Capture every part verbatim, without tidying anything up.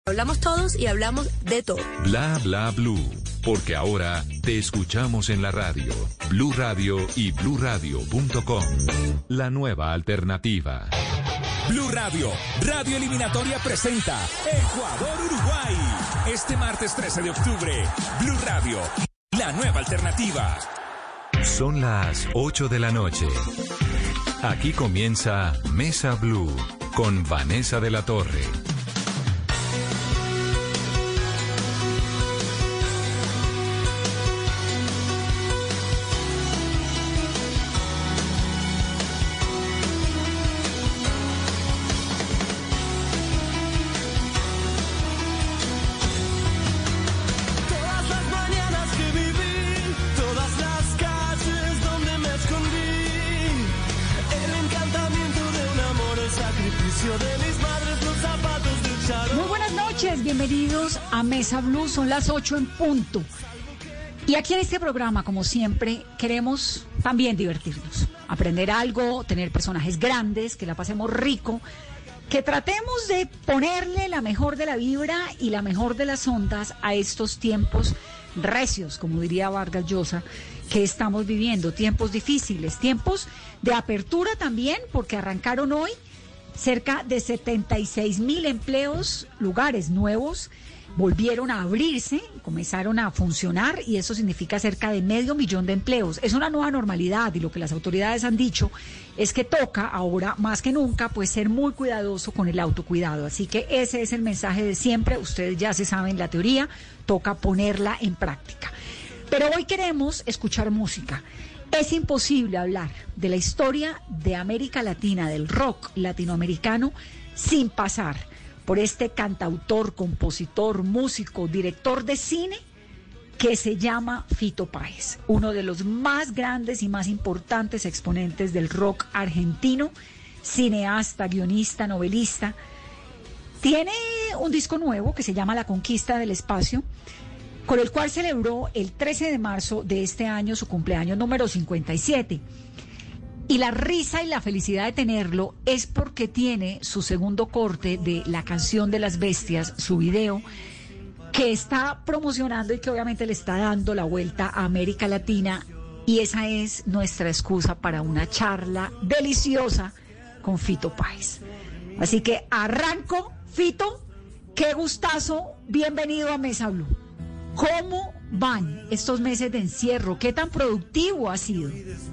Hablamos todos y hablamos de todo. Bla bla blue, porque ahora te escuchamos en la radio, Blue Radio y blue radio punto com, la nueva alternativa. Blue Radio, Radio Eliminatoria presenta Ecuador-Uruguay. Este martes trece de octubre, Blue Radio, la nueva alternativa. Son las ocho de la noche. Aquí comienza Mesa Blue con Vanessa de la Torre. Bienvenidos a Mesa Blue, son las ocho en punto. Y aquí en este programa, como siempre, queremos también divertirnos, aprender algo, tener personajes grandes, que la pasemos rico, que tratemos de ponerle la mejor de la vibra y la mejor de las ondas a estos tiempos recios, como diría Vargas Llosa, que estamos viviendo, tiempos difíciles, tiempos de apertura también, porque arrancaron hoy cerca de setenta y seis mil empleos, lugares nuevos, volvieron a abrirse, comenzaron a funcionar y eso significa cerca de medio millón de empleos. Es una nueva normalidad y lo que las autoridades han dicho es que toca ahora más que nunca pues ser muy cuidadoso con el autocuidado. Así que ese es el mensaje de siempre, ustedes ya se saben la teoría, toca ponerla en práctica. Pero hoy queremos escuchar música. Es imposible hablar de la historia de América Latina, del rock latinoamericano, sin pasar por este cantautor, compositor, músico, director de cine que se llama Fito Páez, uno de los más grandes y más importantes exponentes del rock argentino, cineasta, guionista, novelista. Tiene un disco nuevo que se llama La Conquista del Espacio, con el cual celebró el trece de marzo de este año su cumpleaños número cincuenta y siete. Y la risa y la felicidad de tenerlo es porque tiene su segundo corte de La Canción de las Bestias, su video, que está promocionando y que obviamente le está dando la vuelta a América Latina. Y esa es nuestra excusa para una charla deliciosa con Fito Páez. Así que arranco, Fito, qué gustazo, bienvenido a Mesa Blue. ¿Cómo van estos meses de encierro? ¿Qué tan productivo ha sido?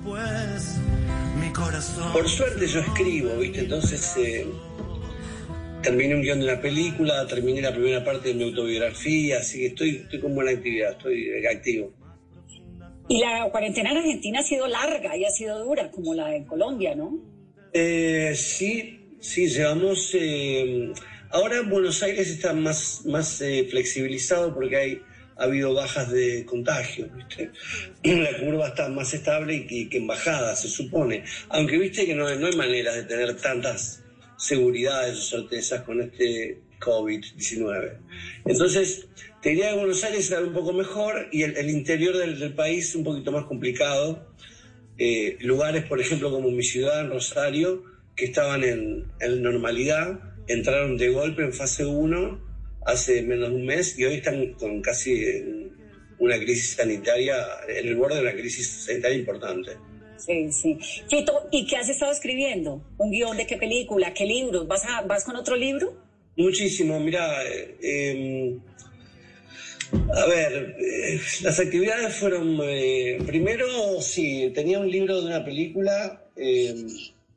Por suerte yo escribo, ¿viste? Entonces eh, terminé un guión de una película, terminé la primera parte de mi autobiografía, así que estoy, estoy con buena actividad, estoy activo. Y la cuarentena en Argentina ha sido larga y ha sido dura, como la en Colombia, ¿no? Eh, sí, sí, llevamos... Eh, ahora en Buenos Aires está más, más eh, flexibilizado porque hay... ha habido bajas de contagio, ¿viste? La curva está más estable que, que en bajada, se supone. Aunque viste que no, no hay manera de tener tantas seguridades o certezas con este COVID diecinueve. Entonces, te diría que Buenos Aires era un poco mejor y el, el interior del, del país un poquito más complicado. Eh, lugares, por ejemplo, como mi ciudad, en Rosario, que estaban en, en normalidad, entraron de golpe en fase uno hace menos de un mes y hoy están con casi una crisis sanitaria, en el borde de una crisis sanitaria importante. Sí, sí. Fito, ¿y qué has estado escribiendo? ¿Un guión de qué película? ¿Qué libros? ¿Vas, a, vas con otro libro? Muchísimo, mirá. Eh, eh, a ver, eh, las actividades fueron... Eh, primero, sí, tenía un libro de una película eh,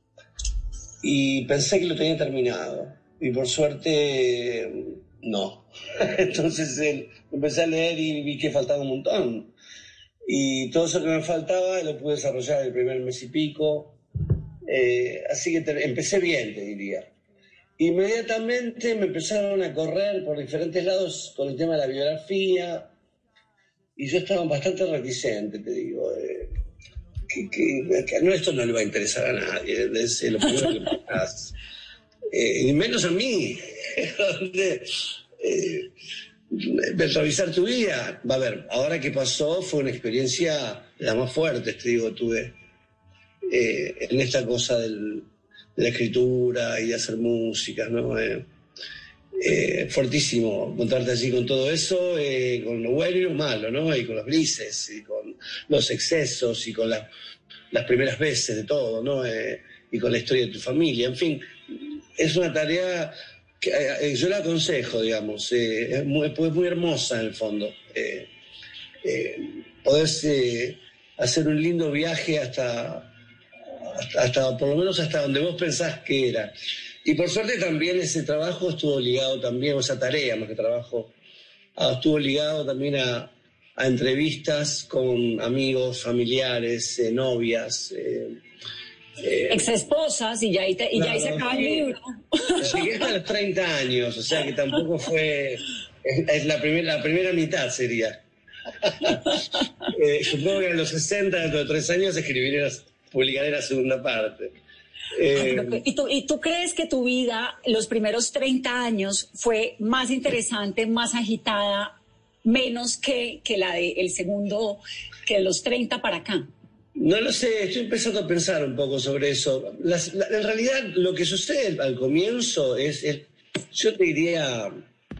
y pensé que lo tenía terminado. Y por suerte... Eh, no. Entonces eh, empecé a leer y vi que faltaba un montón. Y todo eso que me faltaba lo pude desarrollar el primer mes y pico. Eh, así que te, empecé bien, te diría. Inmediatamente me empezaron a correr por diferentes lados con el tema de la biografía. Y yo estaba bastante reticente, te digo. Eh, que, que, que no, esto no le va a interesar a nadie. Es lo primero que me pasa. Eh, y menos a mí. Donde, eh, revisar tu vida. Va a ver, ahora que pasó fue una experiencia de las más fuertes, te digo, tuve eh, en esta cosa del, de la escritura y de hacer música, ¿no? Eh, eh, fuertísimo encontrarte allí con todo eso, eh, con lo bueno y lo malo, ¿no? Y con los grises, y con los excesos, y con la, las primeras veces de todo, ¿no? Eh, y con la historia de tu familia, en fin. Es una tarea que eh, yo la aconsejo, digamos, eh, es, muy, es muy hermosa en el fondo. Eh, eh, podés eh, hacer un lindo viaje hasta, hasta, hasta, por lo menos hasta donde vos pensás que era. Y por suerte también ese trabajo estuvo ligado también, o esa tarea más que trabajo, estuvo ligado también a, a entrevistas con amigos, familiares, eh, novias, eh, Eh, ex esposas y ya ahí, te, y claro, ya ahí se acaba el libro. Llegué hasta los treinta años, o sea que tampoco fue, es, es la, primer, la primera mitad sería. eh, supongo que a los sesenta, dentro de tres años, escribiré, publicaré la segunda parte. Eh, ah, ¿y, tú, ¿Y tú crees que tu vida, los primeros treinta años, fue más interesante, más agitada, menos que, que la del de segundo, que de los treinta para acá? No lo sé, estoy empezando a pensar un poco sobre eso. Las, la, en realidad, lo que sucede al comienzo es, es yo te diría,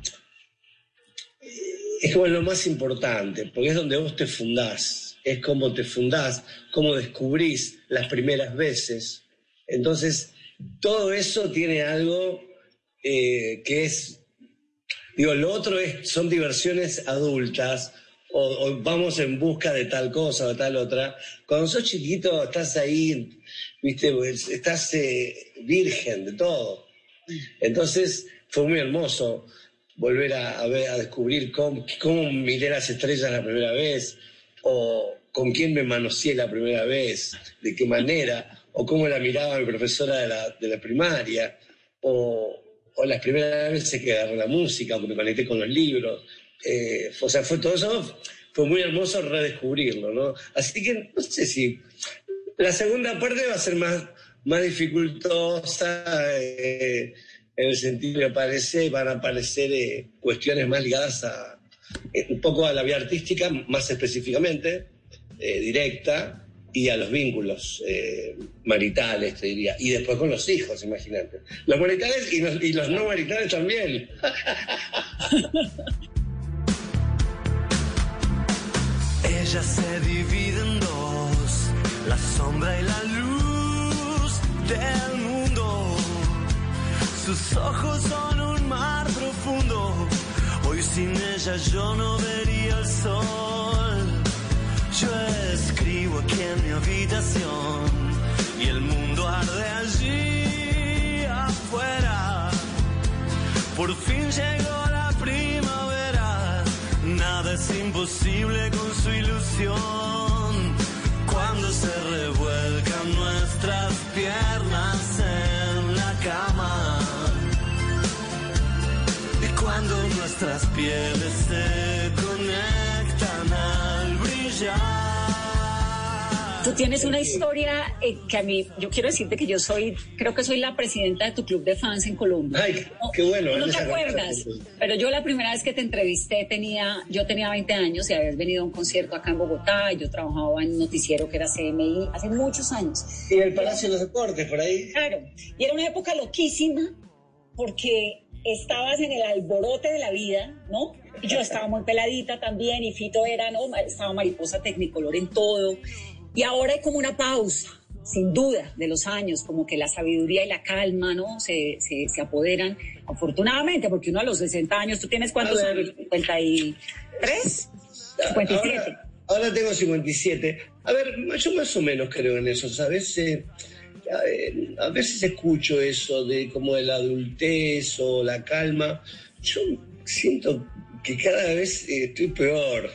es como lo más importante, porque es donde vos te fundás, es cómo te fundás, cómo descubrís las primeras veces. Entonces, todo eso tiene algo eh, que es, digo, lo otro es, son diversiones adultas, O, o vamos en busca de tal cosa o tal otra. Cuando sos chiquito estás ahí, viste, estás eh, virgen de todo. Entonces fue muy hermoso volver a, a, ver, a descubrir cómo, cómo miré las estrellas la primera vez, o con quién me manoseé la primera vez, de qué manera, o cómo la miraba mi profesora de la, de la primaria, o, o las primeras veces que agarré la música, o que me conecté con los libros. Eh, o sea, fue todo eso, fue muy hermoso redescubrirlo, ¿no? Así que no sé si la segunda parte va a ser más, más dificultosa, eh, en el sentido que aparece, van a aparecer eh, cuestiones más ligadas a eh, un poco a la vida artística, más específicamente, eh, directa, y a los vínculos eh, maritales, te diría, y después con los hijos, imagínate. Los maritales y los, y los no maritales también. Ella se divide en dos, la sombra y la luz del mundo. Sus ojos son un mar profundo. Hoy sin ella yo no vería el sol. Yo escribo aquí en mi habitación y el mundo arde allí afuera. Por fin llegó la primavera. Nada es imposible con su ilusión. Cuando se revuelcan nuestras piernas en la cama y cuando nuestras pieles se conectan al brillar. Tú tienes una historia eh, que a mí, yo quiero decirte que yo soy, creo que soy la presidenta de tu club de fans en Colombia. Ay, qué bueno. ¿No, no te acuerdas? Pero yo la primera vez que te entrevisté tenía, yo tenía veinte años y habías venido a un concierto acá en Bogotá, y yo trabajaba en un noticiero que era C M I hace muchos años. Y en el Palacio de los Deportes, por ahí. Claro, y era una época loquísima porque estabas en el alborote de la vida, ¿no? Y yo estaba muy peladita también, y Fito era, ¿no? Estaba mariposa tecnicolor en todo. Y ahora hay como una pausa, sin duda, de los años, como que la sabiduría y la calma, ¿no? Se, se, se apoderan, afortunadamente, porque uno a los sesenta años, ¿tú tienes cuántos años? ¿cincuenta y tres? ¿cincuenta y siete? Ahora, ahora tengo cincuenta y siete. A ver, yo más o menos creo en eso, ¿sabes? Eh, a, a veces escucho eso de como de la adultez o la calma. Yo siento que cada vez eh, estoy peor.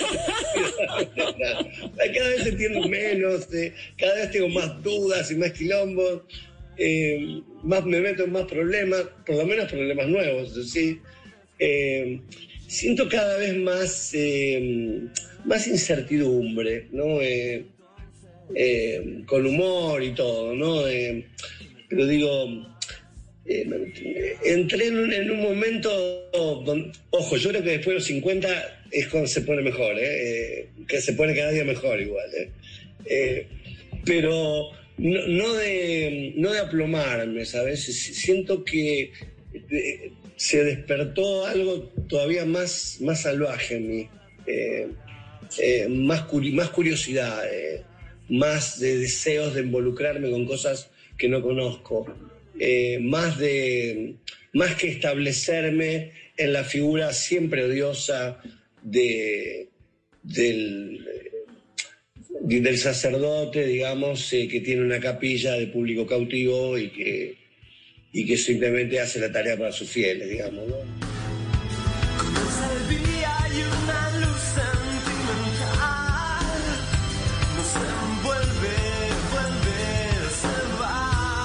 Cada vez entiendo menos, eh, cada vez tengo más dudas y más quilombos, eh, más me meto en más problemas, por lo menos problemas nuevos, ¿sí? Eh, siento cada vez más, eh, más incertidumbre, ¿no? Eh, eh, con humor y todo, ¿no? Eh, pero digo... Eh, entré en un, en un momento donde, ojo, yo creo que después de los cincuenta es cuando se pone mejor, ¿eh? Eh, que se pone cada día mejor igual, ¿eh? Eh, pero no, no, de, no de aplomarme, ¿sabes? Siento que eh, se despertó algo todavía más, más salvaje en mí, eh, eh, más, curi- más curiosidad, eh, más de deseos de involucrarme con cosas que no conozco, eh, más, de, más que establecerme en la figura siempre odiosa de, del, del sacerdote, digamos, eh, que tiene una capilla de público cautivo y que, y que simplemente hace la tarea para sus fieles, digamos, ¿no? Comienza el día y una luz sentimental nos envuelve, vuelve, se va.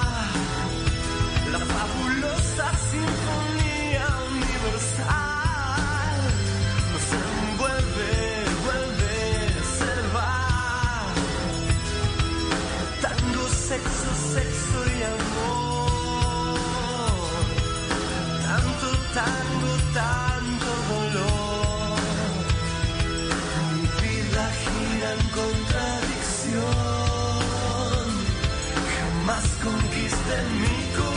La fabulosa sinfonía universal nos envuelve, vuelve, se va. Tango, sexo, sexo y amor. Tanto, tango, tanto dolor. Mi vida gira en contradicción. Jamás conquisté mi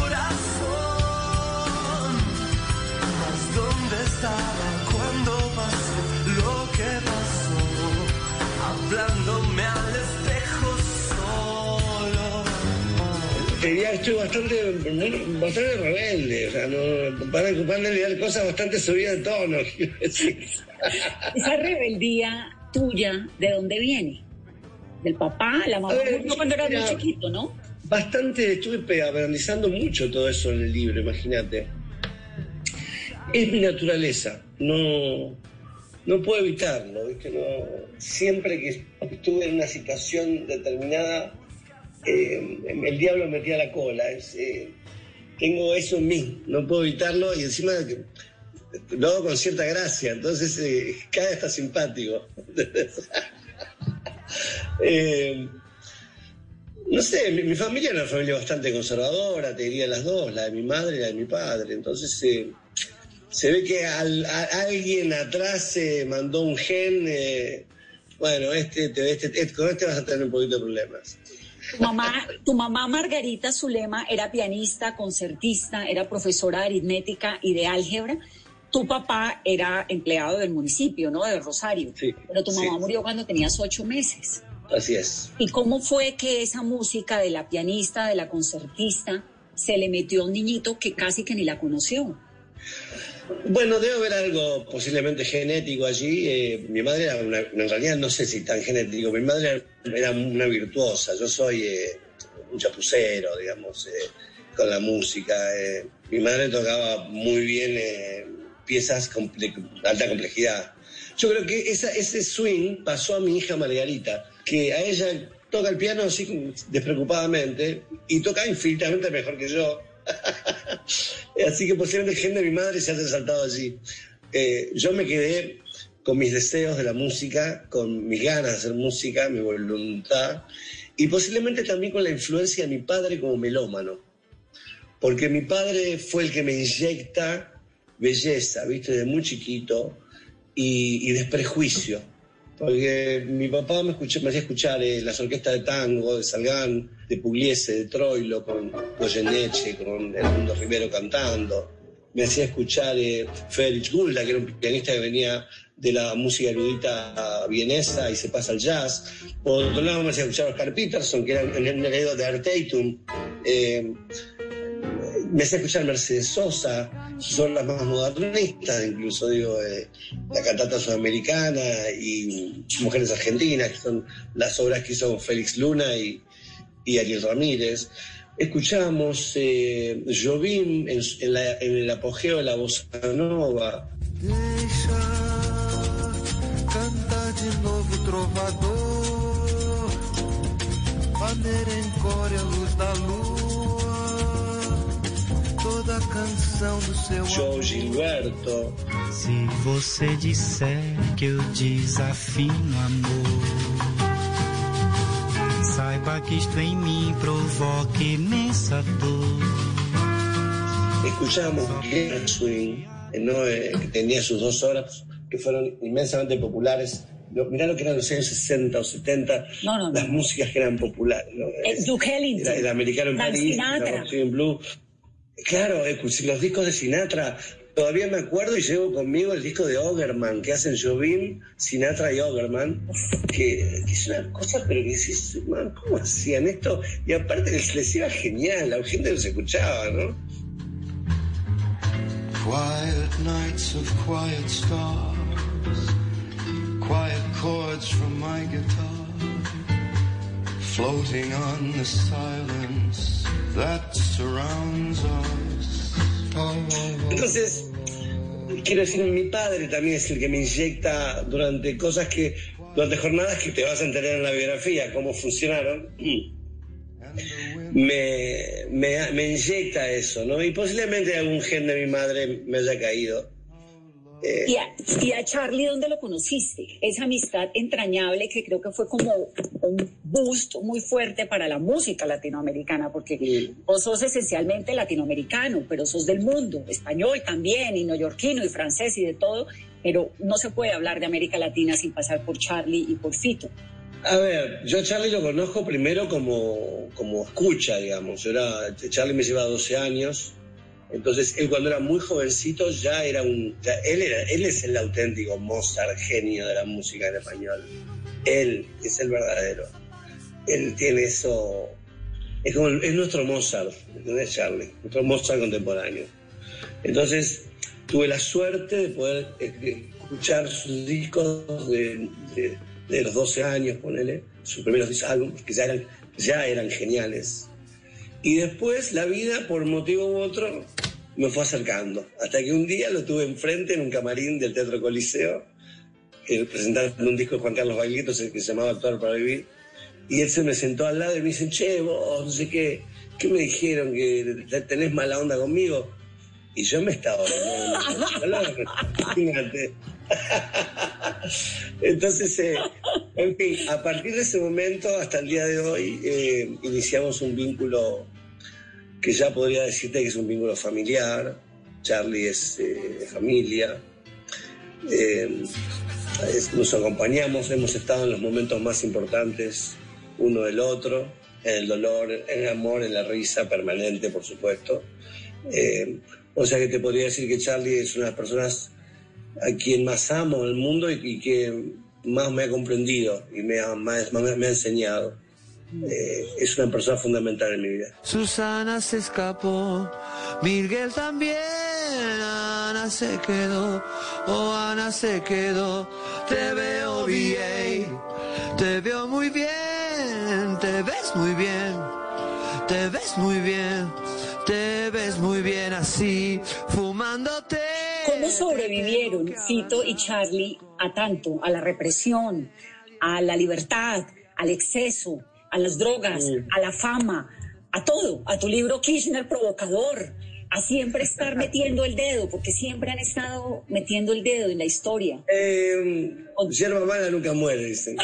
corazón. Mas ¿dónde estaba cuando pasó lo que pasó? Hablándome al espejo solo. Te diría que estoy bastante, bastante rebelde, o sea, no, para ocuparme de leer cosas bastante subidas de tono, quiero decir. Esa rebeldía tuya, ¿de dónde viene? ¿Del papá? ¿La mamá? A ver, murió cuando eras muy mira, chiquito, ¿no? Bastante, estuve analizando mucho todo eso en el libro, imagínate. Es mi naturaleza, no, no puedo evitarlo, ¿viste? No, siempre que estuve en una situación determinada, eh, el diablo me metía la cola. Es, eh, tengo eso en mí, no puedo evitarlo y encima lo hago con cierta gracia, entonces eh, cae hasta simpático. eh, no sé, mi, mi familia era una familia bastante conservadora, te diría las dos, la de mi madre y la de mi padre, entonces eh, se ve que al, a, alguien atrás eh, mandó un gen, eh, bueno, este, te, este, este, con este vas a tener un poquito de problemas. Tu mamá, tu mamá Margarita Zulema era pianista, concertista, era profesora de aritmética y de álgebra. Tu papá era empleado del municipio, ¿no? De Rosario. Sí, pero tu mamá sí. murió cuando tenías ocho meses. Así es. ¿Y cómo fue que esa música de la pianista, de la concertista, se le metió a un niñito que casi que ni la conoció? Bueno, debe haber algo posiblemente genético allí. Eh, mi madre era una, en realidad no sé si tan genético, mi madre era una virtuosa, yo soy eh, un chapucero, digamos, eh, con la música. Eh. Mi madre tocaba muy bien eh, piezas de alta complejidad. Yo creo que esa, ese swing pasó a mi hija Margarita, que a ella toca el piano así despreocupadamente y toca infinitamente mejor que yo. Así que posiblemente el gen de mi madre se haya saltado allí. Eh, yo me quedé con mis deseos de la música, con mis ganas de hacer música, mi voluntad, y posiblemente también con la influencia de mi padre como melómano. Porque mi padre fue el que me inyecta belleza, ¿viste? De muy chiquito, y, y desprejuicio. Porque mi papá me, escuché, me hacía escuchar eh, las orquestas de tango, de Salgán, de Pugliese, de Troilo, con Goyeneche, con Edmundo Rivero cantando. Me hacía escuchar eh, Félix Gulda, que era un pianista que venía de la música erudita vienesa y se pasa al jazz. Por otro lado me hacía escuchar a Oscar Peterson, que era el heredero de Arteitum. Eh, me hacía escuchar Mercedes Sosa, son las más modernistas, incluso digo, eh, la cantata sudamericana y Mujeres Argentinas, que son las obras que hizo Félix Luna y, y Ariel Ramírez. Escuchamos eh, Jobim en, en, la, en el apogeo de la bossa nova. Deixa cantar de novo trovador, bandeira em core a luz da lua, toda canção do seu João Gilberto. Se você disser que eu desafino amor, saiba que isto em mim provoca imensa dor. Escuchábamos Gershwin, ¿no? eh, que tenía sus dos obras que fueron inmensamente populares. Lo, mirá lo que eran los años sesenta o setenta, no, no, las no. músicas que eran populares, ¿no? Eh, Duke Ellington, el, el americano en Frank París, Sinatra. la Rhapsody in Blue. Claro, eh, los discos de Sinatra, todavía me acuerdo y llevo conmigo el disco de Ogerman que hacen Jobim, Sinatra y Ogerman, que, que es una cosa, pero que decís, man, ¿cómo hacían esto? Y aparte les, les iba genial, la gente los escuchaba, ¿no? Quiet nights of quiet stars, quiet chords from my guitar, floating on the silence that surrounds us. Entonces, quiero decir, mi padre también es el que me inyecta durante cosas que, durante jornadas que te vas a enterar en la biografía, cómo funcionaron, me, me, me inyecta eso, ¿no? Y posiblemente algún gen de mi madre me haya caído. Eh, ¿Y, a, ¿Y a Charlie dónde lo conociste? Esa amistad entrañable que creo que fue como un boost muy fuerte para la música latinoamericana, porque sí. Vos sos esencialmente latinoamericano, pero sos del mundo, español también, y neoyorquino, y francés, y de todo, pero no se puede hablar de América Latina sin pasar por Charlie y por Fito. A ver, yo a Charlie lo conozco primero como, como escucha, digamos. Yo era, Charlie me lleva doce años. Entonces, él cuando era muy jovencito ya era un... Ya, él, era, él es el auténtico Mozart, genio de la música en español. Él es el verdadero. Él tiene eso... Es, como, es nuestro Mozart, ¿entendés, Charlie? Nuestro Mozart contemporáneo. Entonces, tuve la suerte de poder escuchar sus discos de, de, de los doce años, ponele, sus primeros álbumes, que ya eran, ya eran geniales. Y después la vida, por motivo u otro, me fue acercando. Hasta que un día lo tuve enfrente en un camarín del Teatro Coliseo, eh, presentando un disco de Juan Carlos Baglietto que se llamaba Actuar para Vivir. Y él se me sentó al lado y me dice, che, vos, no sé qué, ¿qué me dijeron? ¿Que tenés mala onda conmigo? Y yo me estaba olvidando. Imagínate. Entonces, eh, en fin, a partir de ese momento hasta el día de hoy, eh, iniciamos un vínculo que ya podría decirte que es un vínculo familiar. Charlie es eh, familia. Eh, es, nos acompañamos, hemos estado en los momentos más importantes uno del otro, en el dolor, en el amor, en la risa permanente, por supuesto. Eh, o sea que te podría decir que Charlie es una de las personas a quien más amo en el mundo y, y que más me ha comprendido y me ha, más, más me ha enseñado. Eh, es una persona fundamental en mi vida. Susana se escapó, Miguel también, Ana se quedó, oh Ana se quedó, te veo bien, te veo muy bien, te ves muy bien, te ves muy bien, te ves muy bien así, fumándote. ¿Cómo sobrevivieron Fito y Charlie a tanto, a la represión, a la libertad, al exceso, a las drogas, mm. a la fama, a todo, a tu libro Kirchner Provocador, a siempre estar metiendo el dedo, porque siempre han estado metiendo el dedo en la historia? Eh, yerba mala nunca muere, dicen.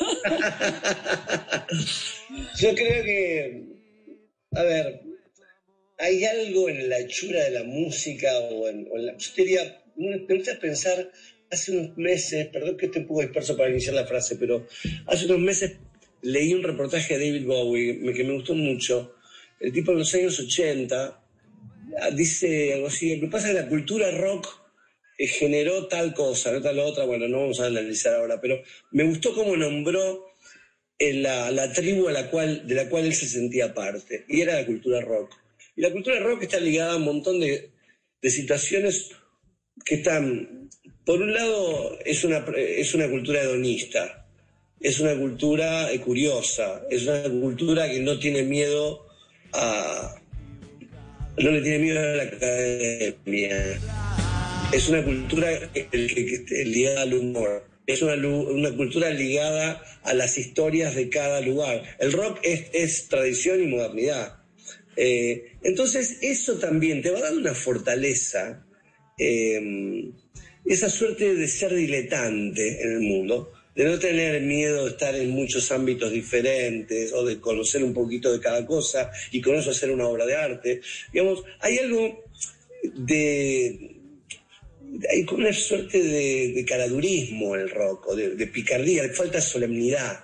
Yo creo que, a ver, hay algo en la hechura de la música o en, o en la... Yo te diría, me gusta pensar, hace unos meses, perdón que esté un poco disperso para iniciar la frase, pero hace unos meses leí un reportaje de David Bowie que me gustó mucho. El tipo en los años ochenta dice algo así, lo que pasa es que la cultura rock eh, generó tal cosa, no tal otra, bueno, no vamos a analizar ahora, pero me gustó cómo nombró en la, la tribu a la cual, de la cual él se sentía parte, y era la cultura rock. Y la cultura rock está ligada a un montón de, de situaciones que están, por un lado, es una, es una cultura hedonista, es una cultura eh, curiosa, es una cultura que no tiene miedo a... no le tiene miedo a la academia. Es una cultura que, que, que, ligada al humor. Es una, una cultura ligada a las historias de cada lugar. El rock es, es tradición y modernidad. Eh, entonces eso también te va a dar una fortaleza, eh, esa suerte de ser diletante en el mundo, de no tener miedo de estar en muchos ámbitos diferentes o de conocer un poquito de cada cosa y con eso hacer una obra de arte. Digamos, hay algo de... hay como una suerte de, de caradurismo en el rock, o de, de picardía, le falta solemnidad.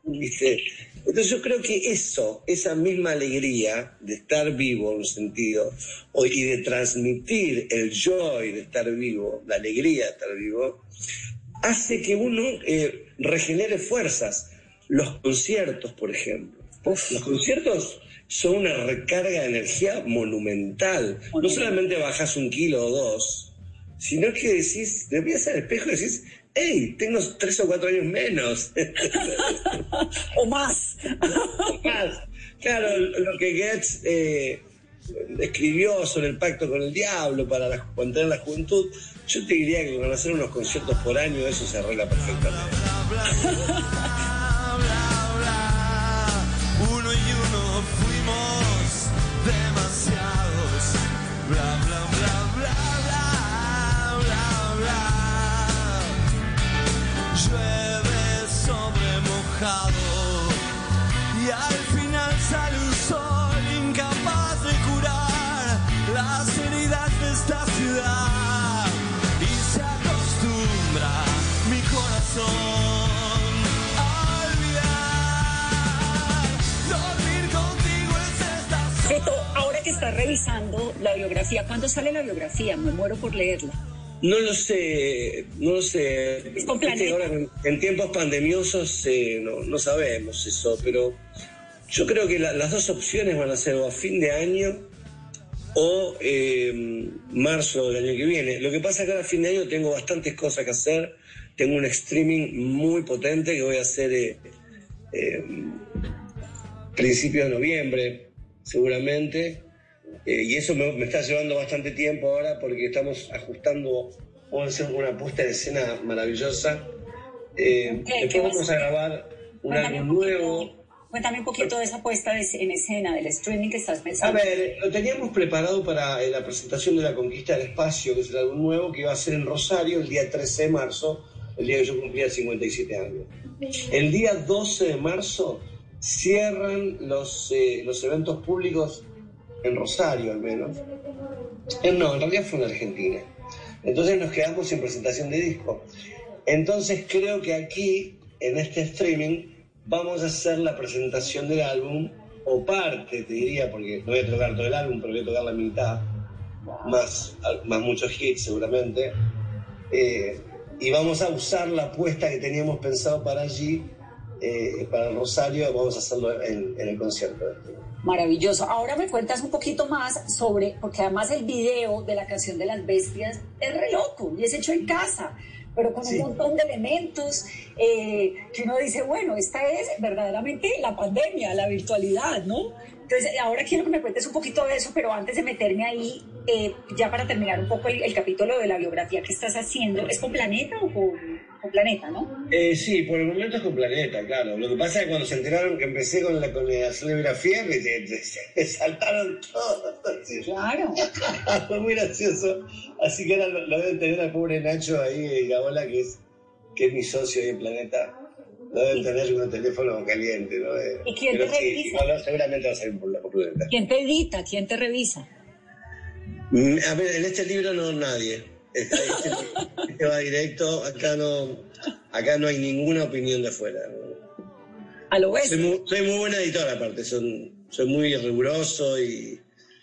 ¿viste? Entonces yo creo que eso, esa misma alegría de estar vivo en un sentido, o, y de transmitir el joy de estar vivo, la alegría de estar vivo, hace que uno eh, regenere fuerzas. Los conciertos, por ejemplo. Uf. Los conciertos son una recarga de energía monumental. No solamente bajás un kilo o dos, sino que decís, te miras al espejo y decís, hey, tengo tres o cuatro años menos. O más. O más. Claro, lo que Goethe eh, escribió sobre el pacto con el diablo para la, mantener la juventud, yo te diría que con hacer unos conciertos por año eso se arregla perfectamente. Uno y uno fuimos demasiados. Bla, bla, bla, bla, bla, bla, bla. Llueve sobre mojado y al final sale un sol incapaz de curar las heridas de esta ciudad. Y se acostumbra mi corazón. Beto, ahora que estás revisando la biografía, ¿cuándo sale la biografía? Me muero por leerla. No lo sé, no lo sé. ¿Es con Planeta? Ahora, en, en tiempos pandemiosos eh, no, no sabemos eso, pero yo creo que la, las dos opciones van a ser o a fin de año o eh, marzo del año que viene. Lo que pasa es que ahora a fin de año tengo bastantes cosas que hacer. Tengo un streaming muy potente que voy a hacer eh, eh, principios de noviembre, seguramente, eh, y eso me, me está llevando bastante tiempo ahora porque estamos ajustando, vamos a hacer una puesta en escena maravillosa. Eh, ¿Qué, después qué vamos a grabar un álbum nuevo. Cuéntame un poquito de esa puesta de, en escena, del streaming que estás pensando. A ver, lo teníamos preparado para eh, la presentación de La Conquista del Espacio, que es el álbum nuevo, que iba a ser en Rosario el día trece de marzo, el día que yo cumplía cincuenta y siete años. El día doce de marzo cierran los, eh, los eventos públicos en Rosario, al menos. Eh, no, en realidad fue en Argentina. Entonces nos quedamos sin presentación de disco. Entonces creo que aquí, en este streaming, vamos a hacer la presentación del álbum, o parte, te diría, porque no voy a tocar todo el álbum, pero voy a tocar la mitad, más, más muchos hits seguramente. Eh, y vamos a usar la apuesta que teníamos pensado para allí, Eh, para el Rosario, vamos a hacerlo en, en el concierto. Maravilloso. Ahora me cuentas un poquito más sobre, porque además el video de la canción de las bestias es re loco y es hecho en casa, pero con sí. un montón de elementos eh, que uno dice, bueno, esta es verdaderamente la pandemia, la virtualidad, ¿no? Entonces, ahora quiero que me cuentes un poquito de eso, pero antes de meterme ahí, eh, ya para terminar un poco el, el capítulo de la biografía que estás haciendo, ¿es con Planeta o con, con Planeta, no? Eh, sí, por el momento es con Planeta, claro. Lo que pasa es que cuando se enteraron que empecé con la, con la biografía, me, me, me saltaron todos. Así. Claro. Fue muy gracioso. Así que ahora lo, lo deben tener al pobre Nacho ahí, Gabola, que es, que es mi socio ahí en Planeta. No deben tener un teléfono caliente, ¿no? Eh, ¿Y quién te sí, revisa? Bueno, seguramente va a salir por la prudenta. ¿Quién te edita? ¿Quién te revisa? A ver, en este libro no nadie. Este, este, este va directo. Acá no, acá no hay ninguna opinión de afuera. A lo ves. Soy muy, soy muy buena editora, aparte. Son, soy muy riguroso y,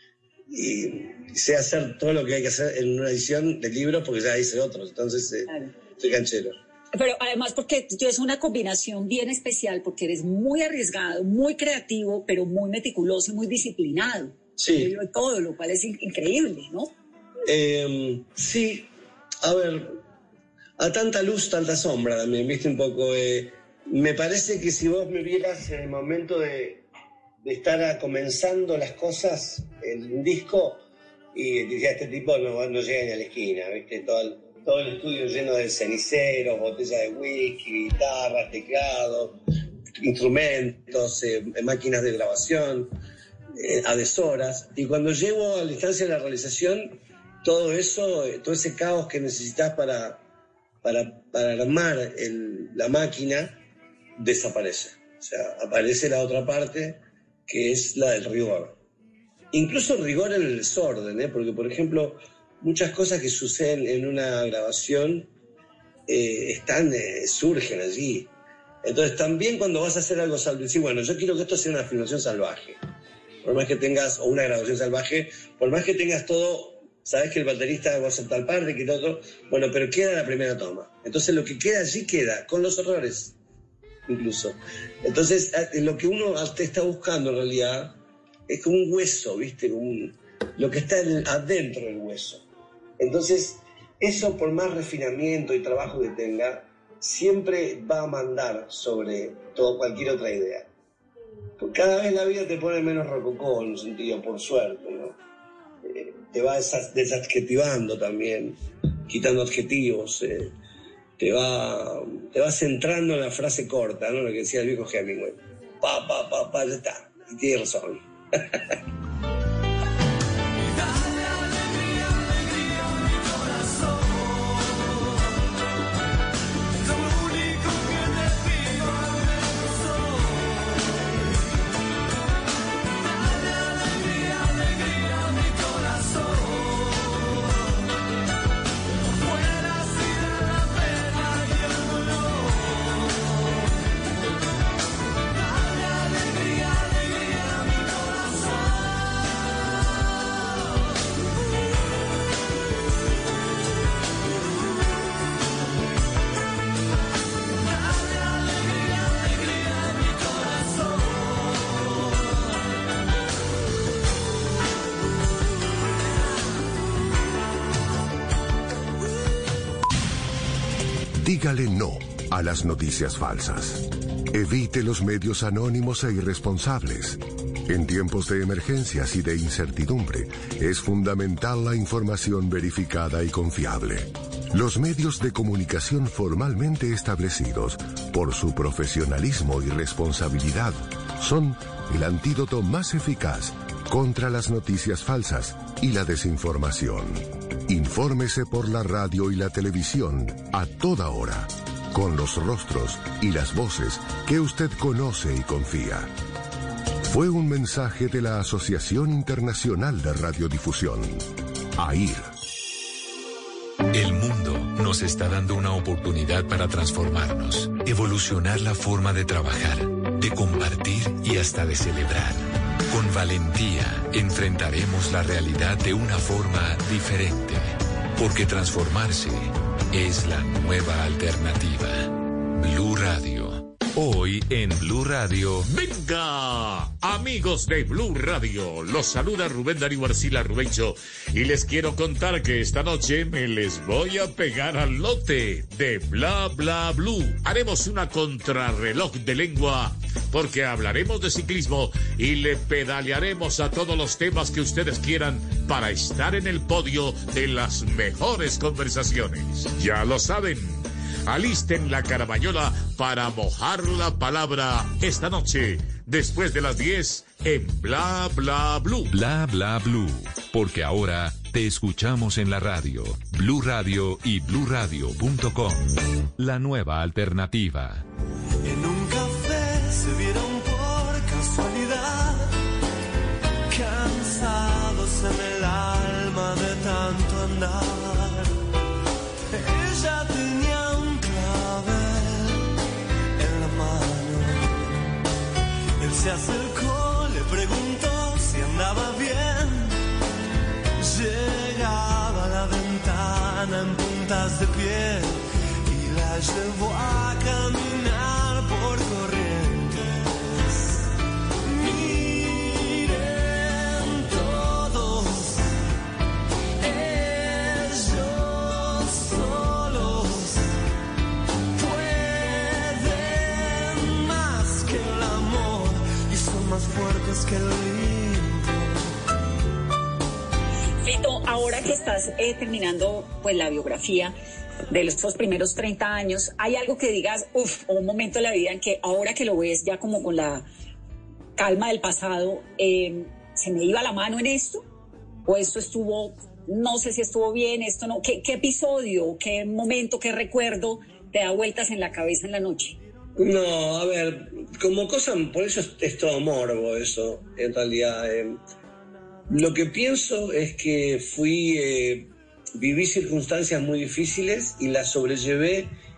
y sé hacer todo lo que hay que hacer en una edición de libros porque ya hice otros. Entonces, eh, claro. Soy canchero. Pero además porque tú es una combinación bien especial, porque eres muy arriesgado, muy creativo, pero muy meticuloso y muy disciplinado. Sí. Todo, lo cual es increíble, ¿no? Eh, sí, a ver, a tanta luz, tanta sombra también, viste un poco. Eh, me parece que si vos me vieras en el momento de, de estar a, comenzando las cosas, el disco, y decía, este tipo no, no llega ni a la esquina, viste, todo el, todo el estudio lleno de ceniceros, botellas de whisky, guitarras, teclados, instrumentos, eh, máquinas de grabación, eh, a deshoras. Y cuando llego a la instancia de la realización, todo eso, eh, todo ese caos que necesitas para, para, para armar el, la máquina, desaparece. O sea, aparece la otra parte, que es la del rigor. Incluso rigor en el desorden, ¿eh? Porque, por ejemplo, muchas cosas que suceden en una grabación eh, están, eh, surgen allí. Entonces también cuando vas a hacer algo salvaje, decir, bueno, yo quiero que esto sea una filmación salvaje. Por más que tengas, o una grabación salvaje, por más que tengas todo, sabes que el baterista va a hacer tal parte, que todo, bueno, pero queda la primera toma. Entonces lo que queda allí queda, con los errores, incluso. Entonces lo que uno te está buscando en realidad es como un hueso, ¿viste? Un, lo que está adentro del hueso. Entonces, eso por más refinamiento y trabajo que tenga, siempre va a mandar sobre todo cualquier otra idea. Cada vez la vida te pone menos rococó, en un sentido, por suerte, ¿no? Eh, te va desadjetivando también, quitando adjetivos, eh, te va te va centrando en la frase corta, ¿no? Lo que decía el viejo Hemingway. Pa, pa, pa, pa, ya está. Y tiene razón. Dígale no a las noticias falsas. Evite los medios anónimos e irresponsables. En tiempos de emergencias y de incertidumbre, es fundamental la información verificada y confiable. Los medios de comunicación formalmente establecidos, por su profesionalismo y responsabilidad, son el antídoto más eficaz contra las noticias falsas y la desinformación. Infórmese por la radio y la televisión a toda hora, con los rostros y las voces que usted conoce y confía. Fue un mensaje de la Asociación Internacional de Radiodifusión, A I R. El mundo nos está dando una oportunidad para transformarnos, evolucionar la forma de trabajar, de compartir y hasta de celebrar. Con valentía enfrentaremos la realidad de una forma diferente, porque transformarse es la nueva alternativa. Blue Radio. Hoy en Blue Radio. ¡Venga! Amigos de Blue Radio, los saluda Rubén Darío Arcila Rubencho y les quiero contar que esta noche me les voy a pegar al lote de Bla Bla Blue. Haremos una contrarreloj de lengua porque hablaremos de ciclismo y le pedalearemos a todos los temas que ustedes quieran para estar en el podio de las mejores conversaciones. Ya lo saben. Alisten la carabañola para mojar la palabra esta noche, después de las diez, en Bla Bla Blue. Bla Bla Blue, porque ahora te escuchamos en la radio, Blue Radio y blue radio punto com. La nueva alternativa. En un café se vieron por casualidad, cansados en el alma de tanto andar. Ella tenía un clavel en la mano. Él se acercó, le preguntó si andaba bien. Llegaba a la ventana en puntas de pie y la llevó a caminar por Corrientes. Miren todos, ellos solos pueden más que el amor y son más fuertes que el viento. Fito, ahora que estás eh, terminando pues la biografía de los primeros treinta años, ¿hay algo que digas, uff, un momento en la vida en que ahora que lo ves ya como con la calma del pasado, eh, se me iba la mano en esto? ¿O esto estuvo, no sé si estuvo bien, esto no? ¿Qué, qué episodio, qué momento, qué recuerdo te da vueltas en la cabeza en la noche? No, a ver, como cosa, por eso es, es todo morbo eso, en realidad. Eh, lo que pienso es que fui, eh, viví circunstancias muy difíciles y las sobrellevé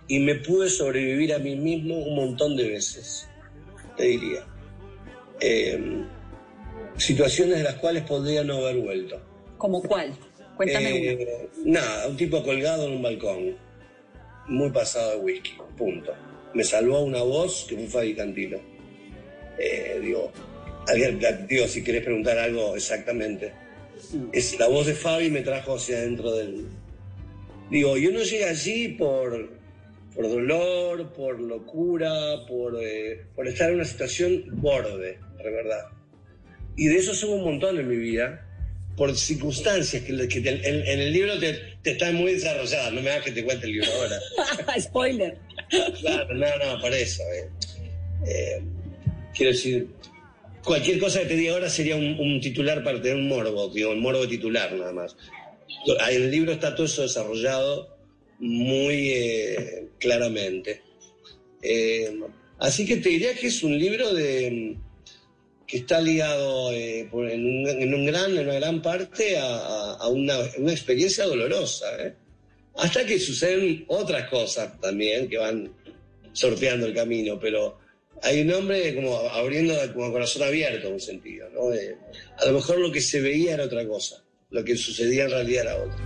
y me pude sobrevivir a mí mismo un montón de veces, te diría. Eh, situaciones de las cuales podría no haber vuelto. ¿Cómo cuál? Cuéntame eh, una. Nada, un tipo colgado en un balcón, muy pasado de whisky, punto. Me salvó una voz que fue Fabi Cantilo. Eh, digo, alguien, digo, si querés preguntar algo exactamente. Es, la voz de Fabi me trajo hacia adentro del... Digo, yo no llegué allí por, por dolor, por locura, por, eh, por estar en una situación borde, de verdad. Y de eso hubo un montón en mi vida, por circunstancias que, que te, en, en el libro te, te están muy desarrolladas. No me hagas que te cuente el libro ahora. Spoiler. Claro, no, no, para eso. Eh. Eh, quiero decir, cualquier cosa que te diga ahora sería un, un titular para tener un morbo, digo, un morbo titular nada más. En el libro está todo eso desarrollado muy eh, claramente. Eh, así que te diría que es un libro de... que está ligado eh, por, en, un, en, un gran, en una gran parte a, a, a una, una experiencia dolorosa, ¿eh? Hasta que suceden otras cosas también que van sorteando el camino, pero hay un hombre como abriendo como corazón abierto en un sentido, ¿no? Eh, a lo mejor lo que se veía era otra cosa, lo que sucedía en realidad era otra.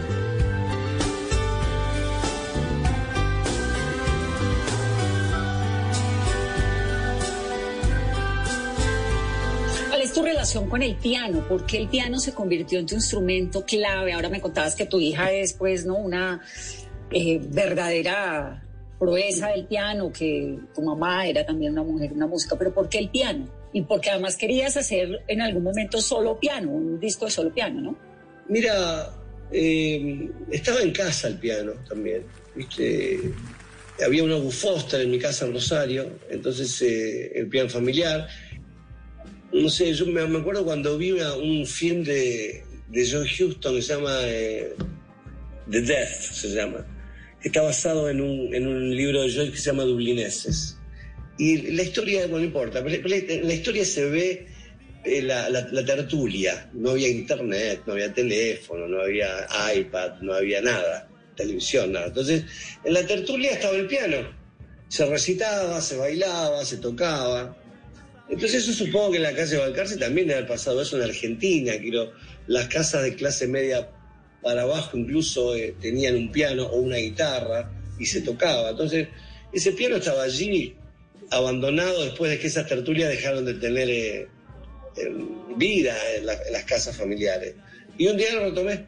Tu relación con el piano, porque el piano se convirtió en tu instrumento clave. Ahora me contabas que tu hija es pues no una eh, verdadera proeza del piano, que tu mamá era también una mujer, una música, pero ¿por qué el piano? Y porque además querías hacer en algún momento solo piano, un disco de solo piano, ¿no? Mira, eh, estaba en casa el piano también, ¿viste? Había un August Foster en mi casa en Rosario, entonces eh, el piano familiar. No sé, yo me, me acuerdo cuando vi una, un film de, de John Huston que se llama eh, The Death, se llama, que está basado en un, en un libro de Joyce que se llama Dublineses. Y la historia, bueno, no importa, pero en la historia se ve eh, la, la, la tertulia. No había internet, no había teléfono, no había iPad, no había nada, televisión, nada. Entonces, en la tertulia estaba el piano. Se recitaba, se bailaba, se tocaba. Entonces yo supongo que en la calle Balcarce también debe haber pasado eso en Argentina, que las casas de clase media para abajo incluso eh, tenían un piano o una guitarra y se tocaba. Entonces ese piano estaba allí abandonado después de que esas tertulias dejaron de tener eh, eh, vida en, la, en las casas familiares. Y un día lo retomé.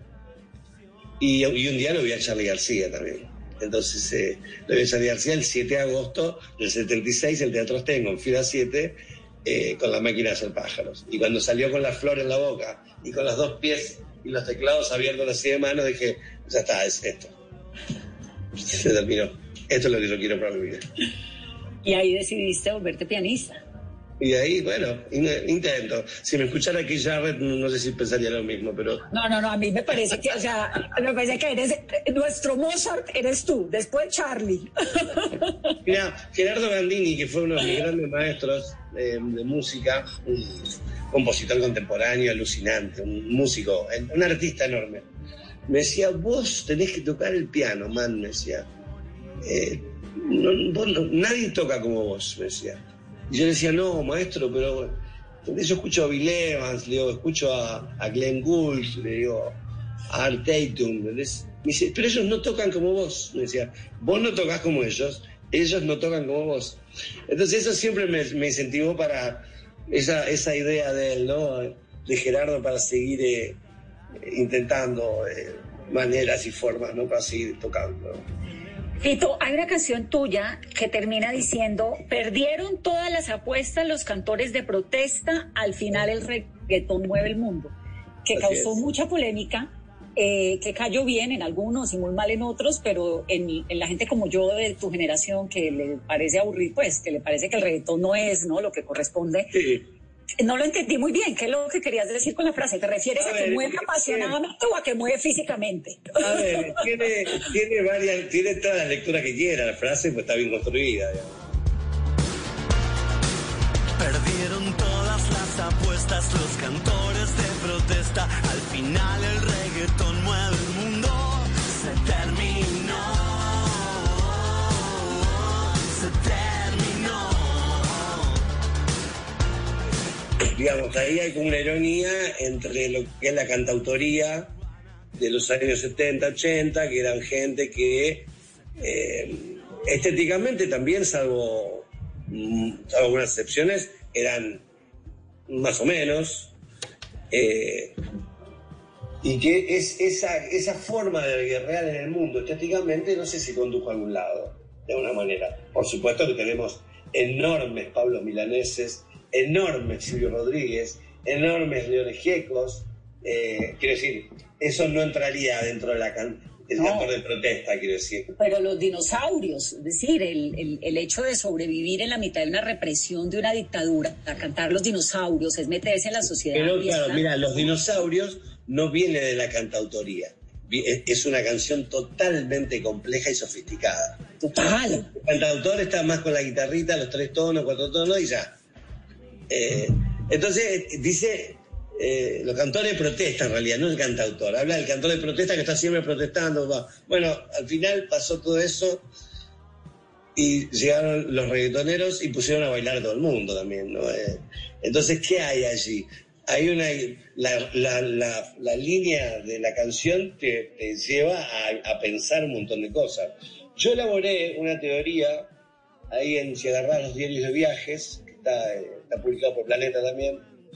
Y, y un día lo vi a Charly García también. Entonces eh, lo vi a Charly García el siete de agosto del setenta y seis, el Teatro Stengo, en Fila siete, Eh, con la máquina de hacer pájaros. Y cuando salió con la flor en la boca y con los dos pies y los teclados abiertos así de mano, dije, ya está, es esto. Se terminó. Esto es lo que yo quiero para mi vida. Y ahí decidiste volverte pianista. Y ahí, bueno, intento. Si me escuchara Keith Jarrett, no sé si pensaría lo mismo, pero... No, no, no, a mí me parece que, o sea, me parece que eres, nuestro Mozart eres tú, después Charly. Mira, Gerardo Gandini, que fue uno de mis grandes maestros eh, de música, un compositor contemporáneo alucinante, un músico, un artista enorme, me decía, vos tenés que tocar el piano, man, me decía. Eh, no, vos no, nadie toca como vos, me decía. Y yo le decía, no, maestro, pero yo escucho a Bill Evans, le digo, escucho a, a Glenn Gould, le digo, a Art Tatum. Me dice, pero ellos no tocan como vos. Me decía, vos no tocas como ellos, ellos no tocan como vos. Entonces eso siempre me, me incentivó para esa, esa idea de él, ¿no? De Gerardo, para seguir eh, intentando eh, maneras y formas, ¿no? Para seguir tocando, ¿no? Tito, hay una canción tuya que termina diciendo, perdieron todas las apuestas los cantores de protesta, al final el reggaetón mueve el mundo, que Así causó es. mucha polémica, eh, que cayó bien en algunos y muy mal en otros, pero en, en la gente como yo de tu generación que le parece aburrido, pues, que le parece que el reggaetón no es, ¿no?, lo que corresponde. Sí. No lo entendí muy bien. ¿Qué es lo que querías decir con la frase? ¿Te refieres a, A que ver, mueve sí. apasionadamente o a que mueve físicamente? A ver, tiene, tiene varias, tiene todas las lecturas que quiera, la frase pues está bien construida, digamos. Perdieron todas las apuestas los cantores de protesta. Al final el reggaetón mueve el mundo. Se terminó. digamos, ahí hay como una ironía entre lo que es la cantautoría de los años setenta, ochenta, que eran gente que eh, estéticamente también, salvo, salvo algunas excepciones, eran más o menos, eh, y que es esa, esa forma de guerrear en el mundo estéticamente, no sé si condujo a algún lado, de alguna manera. Por supuesto que tenemos enormes Pablos Milaneses, enormes Silvio Rodríguez, enormes Leones Giecos, eh, quiero decir, eso no entraría dentro de la can el no. cantor de protesta, quiero decir. Pero los dinosaurios, es decir, el, el, el hecho de sobrevivir en la mitad de una represión, de una dictadura, a cantar los dinosaurios, es meterse en la sociedad. Pero claro, está... mira, los dinosaurios no viene de la cantautoría. Es una canción totalmente compleja y sofisticada. Total. El cantautor está más con la guitarrita, los tres tonos, cuatro tonos y ya. Eh, entonces, dice, eh, los cantores protestan en realidad, no el cantautor. Habla del cantor de protesta que está siempre protestando. Va. Bueno, al final pasó todo eso y llegaron los reggaetoneros y pusieron a bailar a todo el mundo también, ¿no? Eh, entonces, ¿qué hay allí? Hay una la, la, la, la línea de la canción te, te lleva a, a pensar un montón de cosas. Yo elaboré una teoría ahí en Si agarrás los diarios de viajes, que está, está publicado por Planeta también,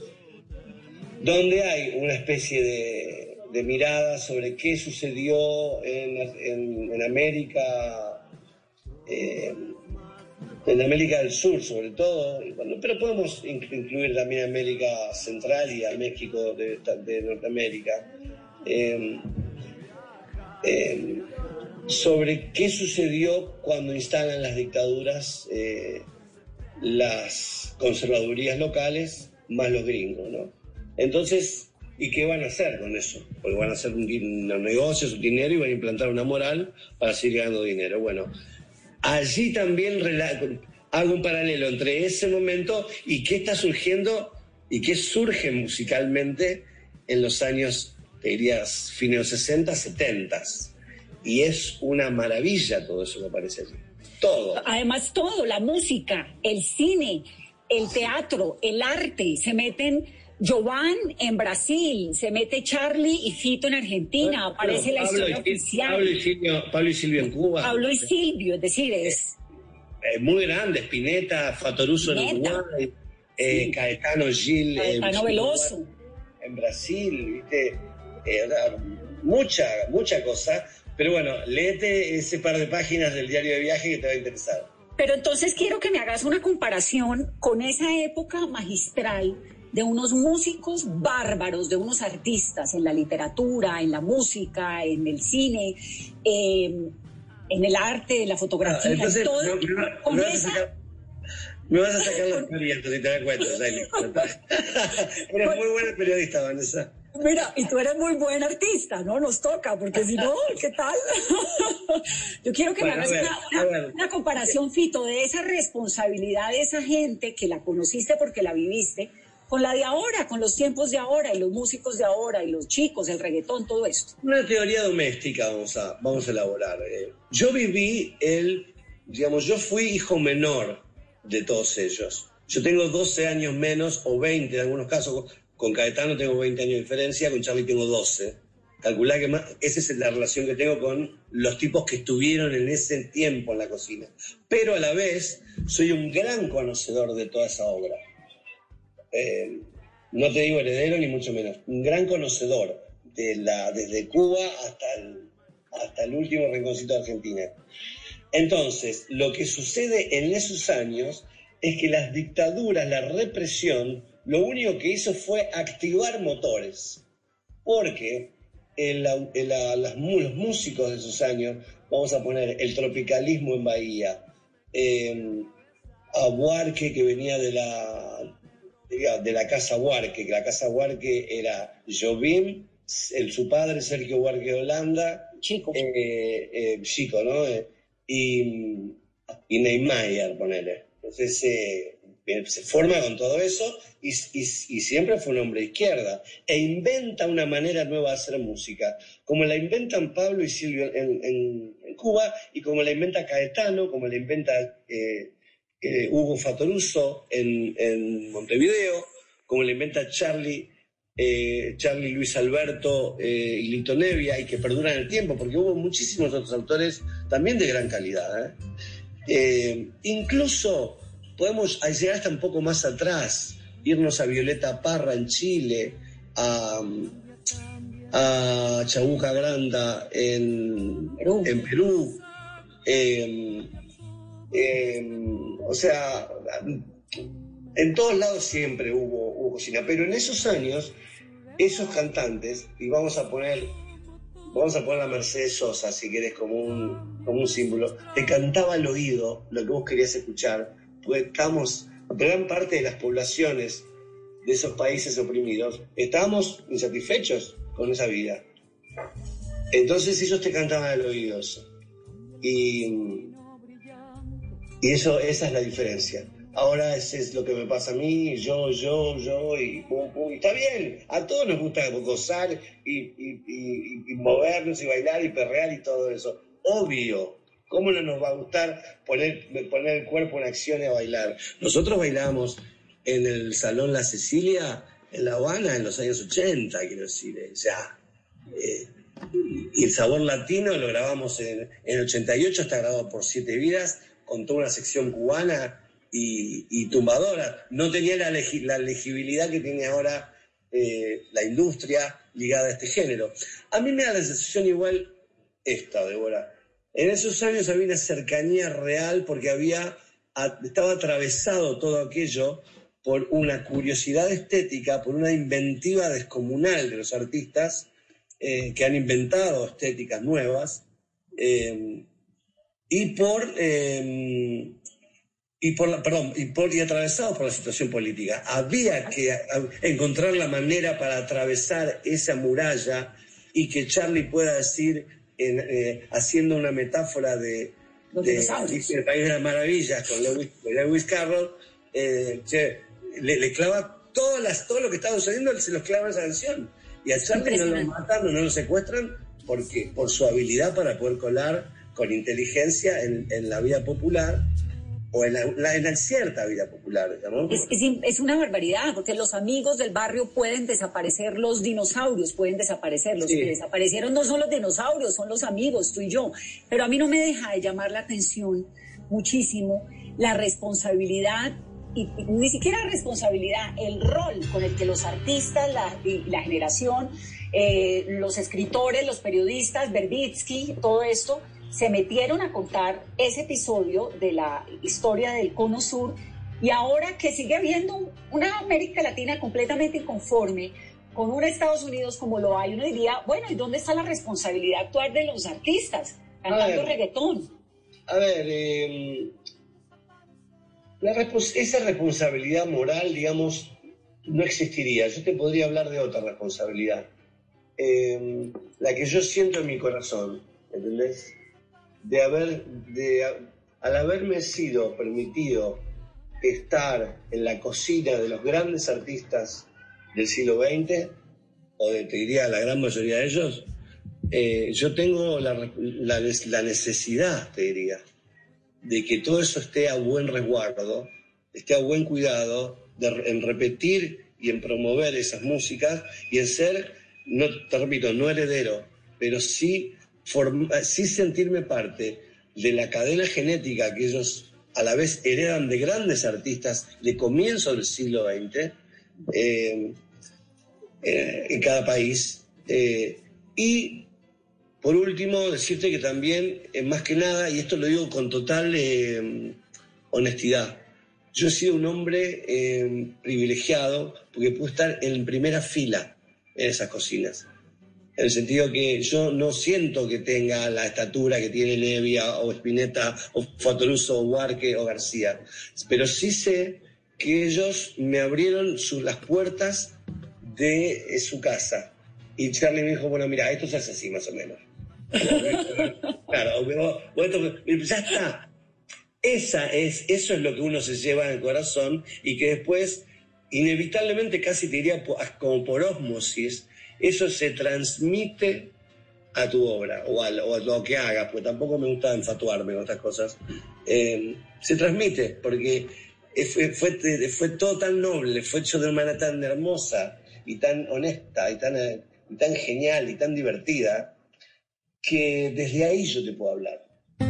donde hay una especie de, de mirada sobre qué sucedió en, en, en América, eh, en América del Sur sobre todo, bueno, pero podemos incluir también América Central y a México de, de Norteamérica, eh, eh, sobre qué sucedió cuando instalan las dictaduras, eh, las conservadurías locales más los gringos, ¿no? Entonces, ¿y qué van a hacer con eso? Porque van a hacer un, un negocio, un dinero y van a implantar una moral para seguir ganando dinero. Bueno, allí también hago un paralelo entre ese momento y qué está surgiendo y qué surge musicalmente en los años, te dirías, fines de los sesenta, setenta. Y es una maravilla todo eso que aparece allí. Todo. Además, todo, la música, el cine, el teatro, el arte, se meten... Jovan en Brasil, se mete Charlie y Fito en Argentina, bueno, aparece la Pablo historia y, oficial. Pablo y, Silvio, Pablo y Silvio en Cuba. Pablo y Silvio, es decir, es... Eh, muy grande, Spinetta, Fatoruso en Uruguay, eh, sí. Caetano Gil Caetano eh, Veloso. En Brasil, ¿viste? Eh, mucha, mucha cosa. Pero bueno, léete ese par de páginas del diario de viaje que te va a interesar. Pero entonces quiero que me hagas una comparación con esa época magistral de unos músicos bárbaros, de unos artistas en la literatura, en la música, en el cine, eh, en el arte, en la fotografía, ah, entonces, en todo. No, no, con no esa... sacar, me vas a sacar los periodistas si te das cuenta. Eres muy buena periodista, Vanessa. Mira, y tú eres muy buen artista, ¿no? Nos toca, porque si no, ¿qué tal? Yo quiero que bueno, me hagas ver, una, una, una comparación, Fito, de esa responsabilidad de esa gente que la conociste porque la viviste, con la de ahora, con los tiempos de ahora, y los músicos de ahora, y los chicos, el reggaetón, todo esto. Una teoría doméstica vamos a, vamos a elaborar. Eh, yo viví el, digamos, yo fui hijo menor de todos ellos. Yo tengo doce años menos, o veinte en algunos casos. Con Caetano tengo veinte años de diferencia, con Charlie tengo doce. Calculá que más, esa es la relación que tengo con los tipos que estuvieron en ese tiempo en la cocina. Pero a la vez, soy un gran conocedor de toda esa obra. Eh, no te digo heredero ni mucho menos, un gran conocedor de la, desde Cuba hasta el, hasta el último rinconcito de Argentina. Entonces, lo que sucede en esos años es que las dictaduras, la represión, lo único que hizo fue activar motores, porque el, el, la, las, los músicos de esos años, vamos a poner el tropicalismo en Bahía, eh, a Buarque, que venía de la... de la Casa Buarque, que la Casa Buarque era Jobim, el, su padre Sergio Buarque de Holanda, Chico, eh, eh, Chico, ¿no? Eh, y, y Neymar, ponele. Entonces eh, se forma con todo eso y, y, y siempre fue un hombre de izquierda e inventa una manera nueva de hacer música, como la inventan Pablo y Silvio en, en, en Cuba y como la inventa Caetano, como la inventa... Eh, Eh, Hugo Fatoruso en, en Montevideo, como la inventa Charlie, eh, Charlie Luis Alberto eh, y Lito Nevia, y que perduran en el tiempo, porque hubo muchísimos otros autores también de gran calidad. ¿eh? Eh, incluso podemos llegar hasta un poco más atrás, irnos a Violeta Parra en Chile, a, a Chabuca Granda en Perú. En Perú. Eh, eh, o sea, en todos lados siempre hubo, hubo cocina, pero en esos años, esos cantantes, y vamos a poner, vamos a poner a Mercedes Sosa, si querés, como un, como un símbolo, te cantaba al oído lo que vos querías escuchar, porque estamos, gran parte de las poblaciones de esos países oprimidos, estábamos insatisfechos con esa vida. Entonces ellos te cantaban al oído eso. Y, y eso, esa es la diferencia. Ahora ese es lo que me pasa a mí, yo, yo, yo, y, pum, pum, y está bien, a todos nos gusta gozar y, y, y, y movernos y bailar y perrear y todo eso. Obvio, ¿cómo no nos va a gustar poner, poner el cuerpo en acción y a bailar? Nosotros bailamos en el Salón La Cecilia, en La Habana, en los años ochenta, quiero decir, ya. Eh, y el Sabor Latino lo grabamos en el ochenta y ocho, está grabado por Siete Vidas, con toda una sección cubana y, y tumbadora. No tenía la, legi- la legibilidad que tiene ahora eh, la industria ligada a este género. A mí me da la sensación igual esta, Débora. En esos años había una cercanía real porque había, a, estaba atravesado todo aquello por una curiosidad estética, por una inventiva descomunal de los artistas eh, que han inventado estéticas nuevas, eh, y por eh, y por la, perdón, y por y atravesados por la situación política. Había que a, encontrar la manera para atravesar esa muralla y que Charlie pueda decir, en, eh, haciendo una metáfora de, de El País de las Maravillas con Lewis, Lewis Carroll, eh, che, le, le clava todas las, todo lo que estaba sucediendo, se los clava esa canción. Y a Charlie no lo matan, no lo secuestran, porque por su habilidad para poder colar con inteligencia en, en la vida popular, o en la, la, en la cierta vida popular, ¿no? Es, es, es una barbaridad, porque los amigos del barrio pueden desaparecer, los dinosaurios pueden desaparecer, los sí. que desaparecieron no son los dinosaurios, son los amigos, tú y yo. Pero a mí no me deja de llamar la atención muchísimo la responsabilidad, y, y ni siquiera responsabilidad, el rol con el que los artistas, la, la generación, eh, los escritores, los periodistas, Verbitsky, todo esto, se metieron a contar ese episodio de la historia del Cono Sur, y ahora que sigue habiendo una América Latina completamente inconforme con un Estados Unidos como lo hay, uno diría, bueno, ¿y dónde está la responsabilidad actual de los artistas cantando ver, reggaetón? A ver, eh, la respons- esa responsabilidad moral, digamos, no existiría. Yo te podría hablar de otra responsabilidad, eh, la que yo siento en mi corazón, ¿entendés? De haber, de, al haberme sido permitido estar en la cocina de los grandes artistas del siglo veinte, o de, te diría, la gran mayoría de ellos, eh, yo tengo la, la, la necesidad, te diría, de que todo eso esté a buen resguardo, esté a buen cuidado, de, en repetir y en promover esas músicas, y en ser, no, te repito, no heredero, pero sí... Forma, sí sentirme parte de la cadena genética que ellos a la vez heredan de grandes artistas de comienzo del siglo veinte eh, eh, en cada país. Eh, y por último, decirte que también, eh, más que nada, y esto lo digo con total eh, honestidad, yo he sido un hombre eh, privilegiado porque pude estar en primera fila en esas cocinas. En el sentido que yo no siento que tenga la estatura que tiene Nevia o Spinetta o Fattoruso o Buarque o García, pero sí sé que ellos me abrieron sus, las puertas de, de su casa. Y Charlie me dijo, bueno, mira, esto se hace así más o menos. Claro, bueno, ya está. Esa es, eso es lo que uno se lleva en el corazón y que después, inevitablemente, casi te diría como por ósmosis, eso se transmite a tu obra o a, o a lo que hagas, porque tampoco me gusta enfatuarme con estas cosas. Eh, se transmite, porque fue, fue, fue todo tan noble, fue hecho de una manera tan hermosa y tan honesta y tan, y tan genial y tan divertida, que desde ahí yo te puedo hablar.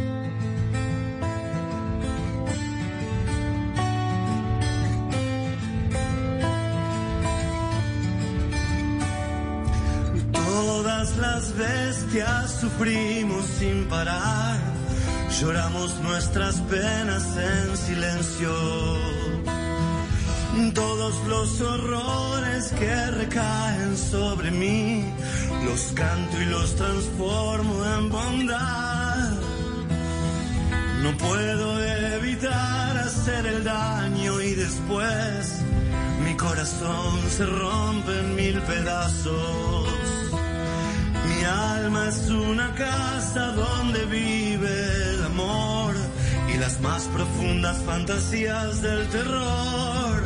Todas las bestias sufrimos sin parar, lloramos nuestras penas en silencio. Todos los horrores que recaen sobre mí, los canto y los transformo en bondad. No puedo evitar hacer el daño y después mi corazón se rompe en mil pedazos. Mi alma es una casa donde vive el amor y las más profundas fantasías del terror.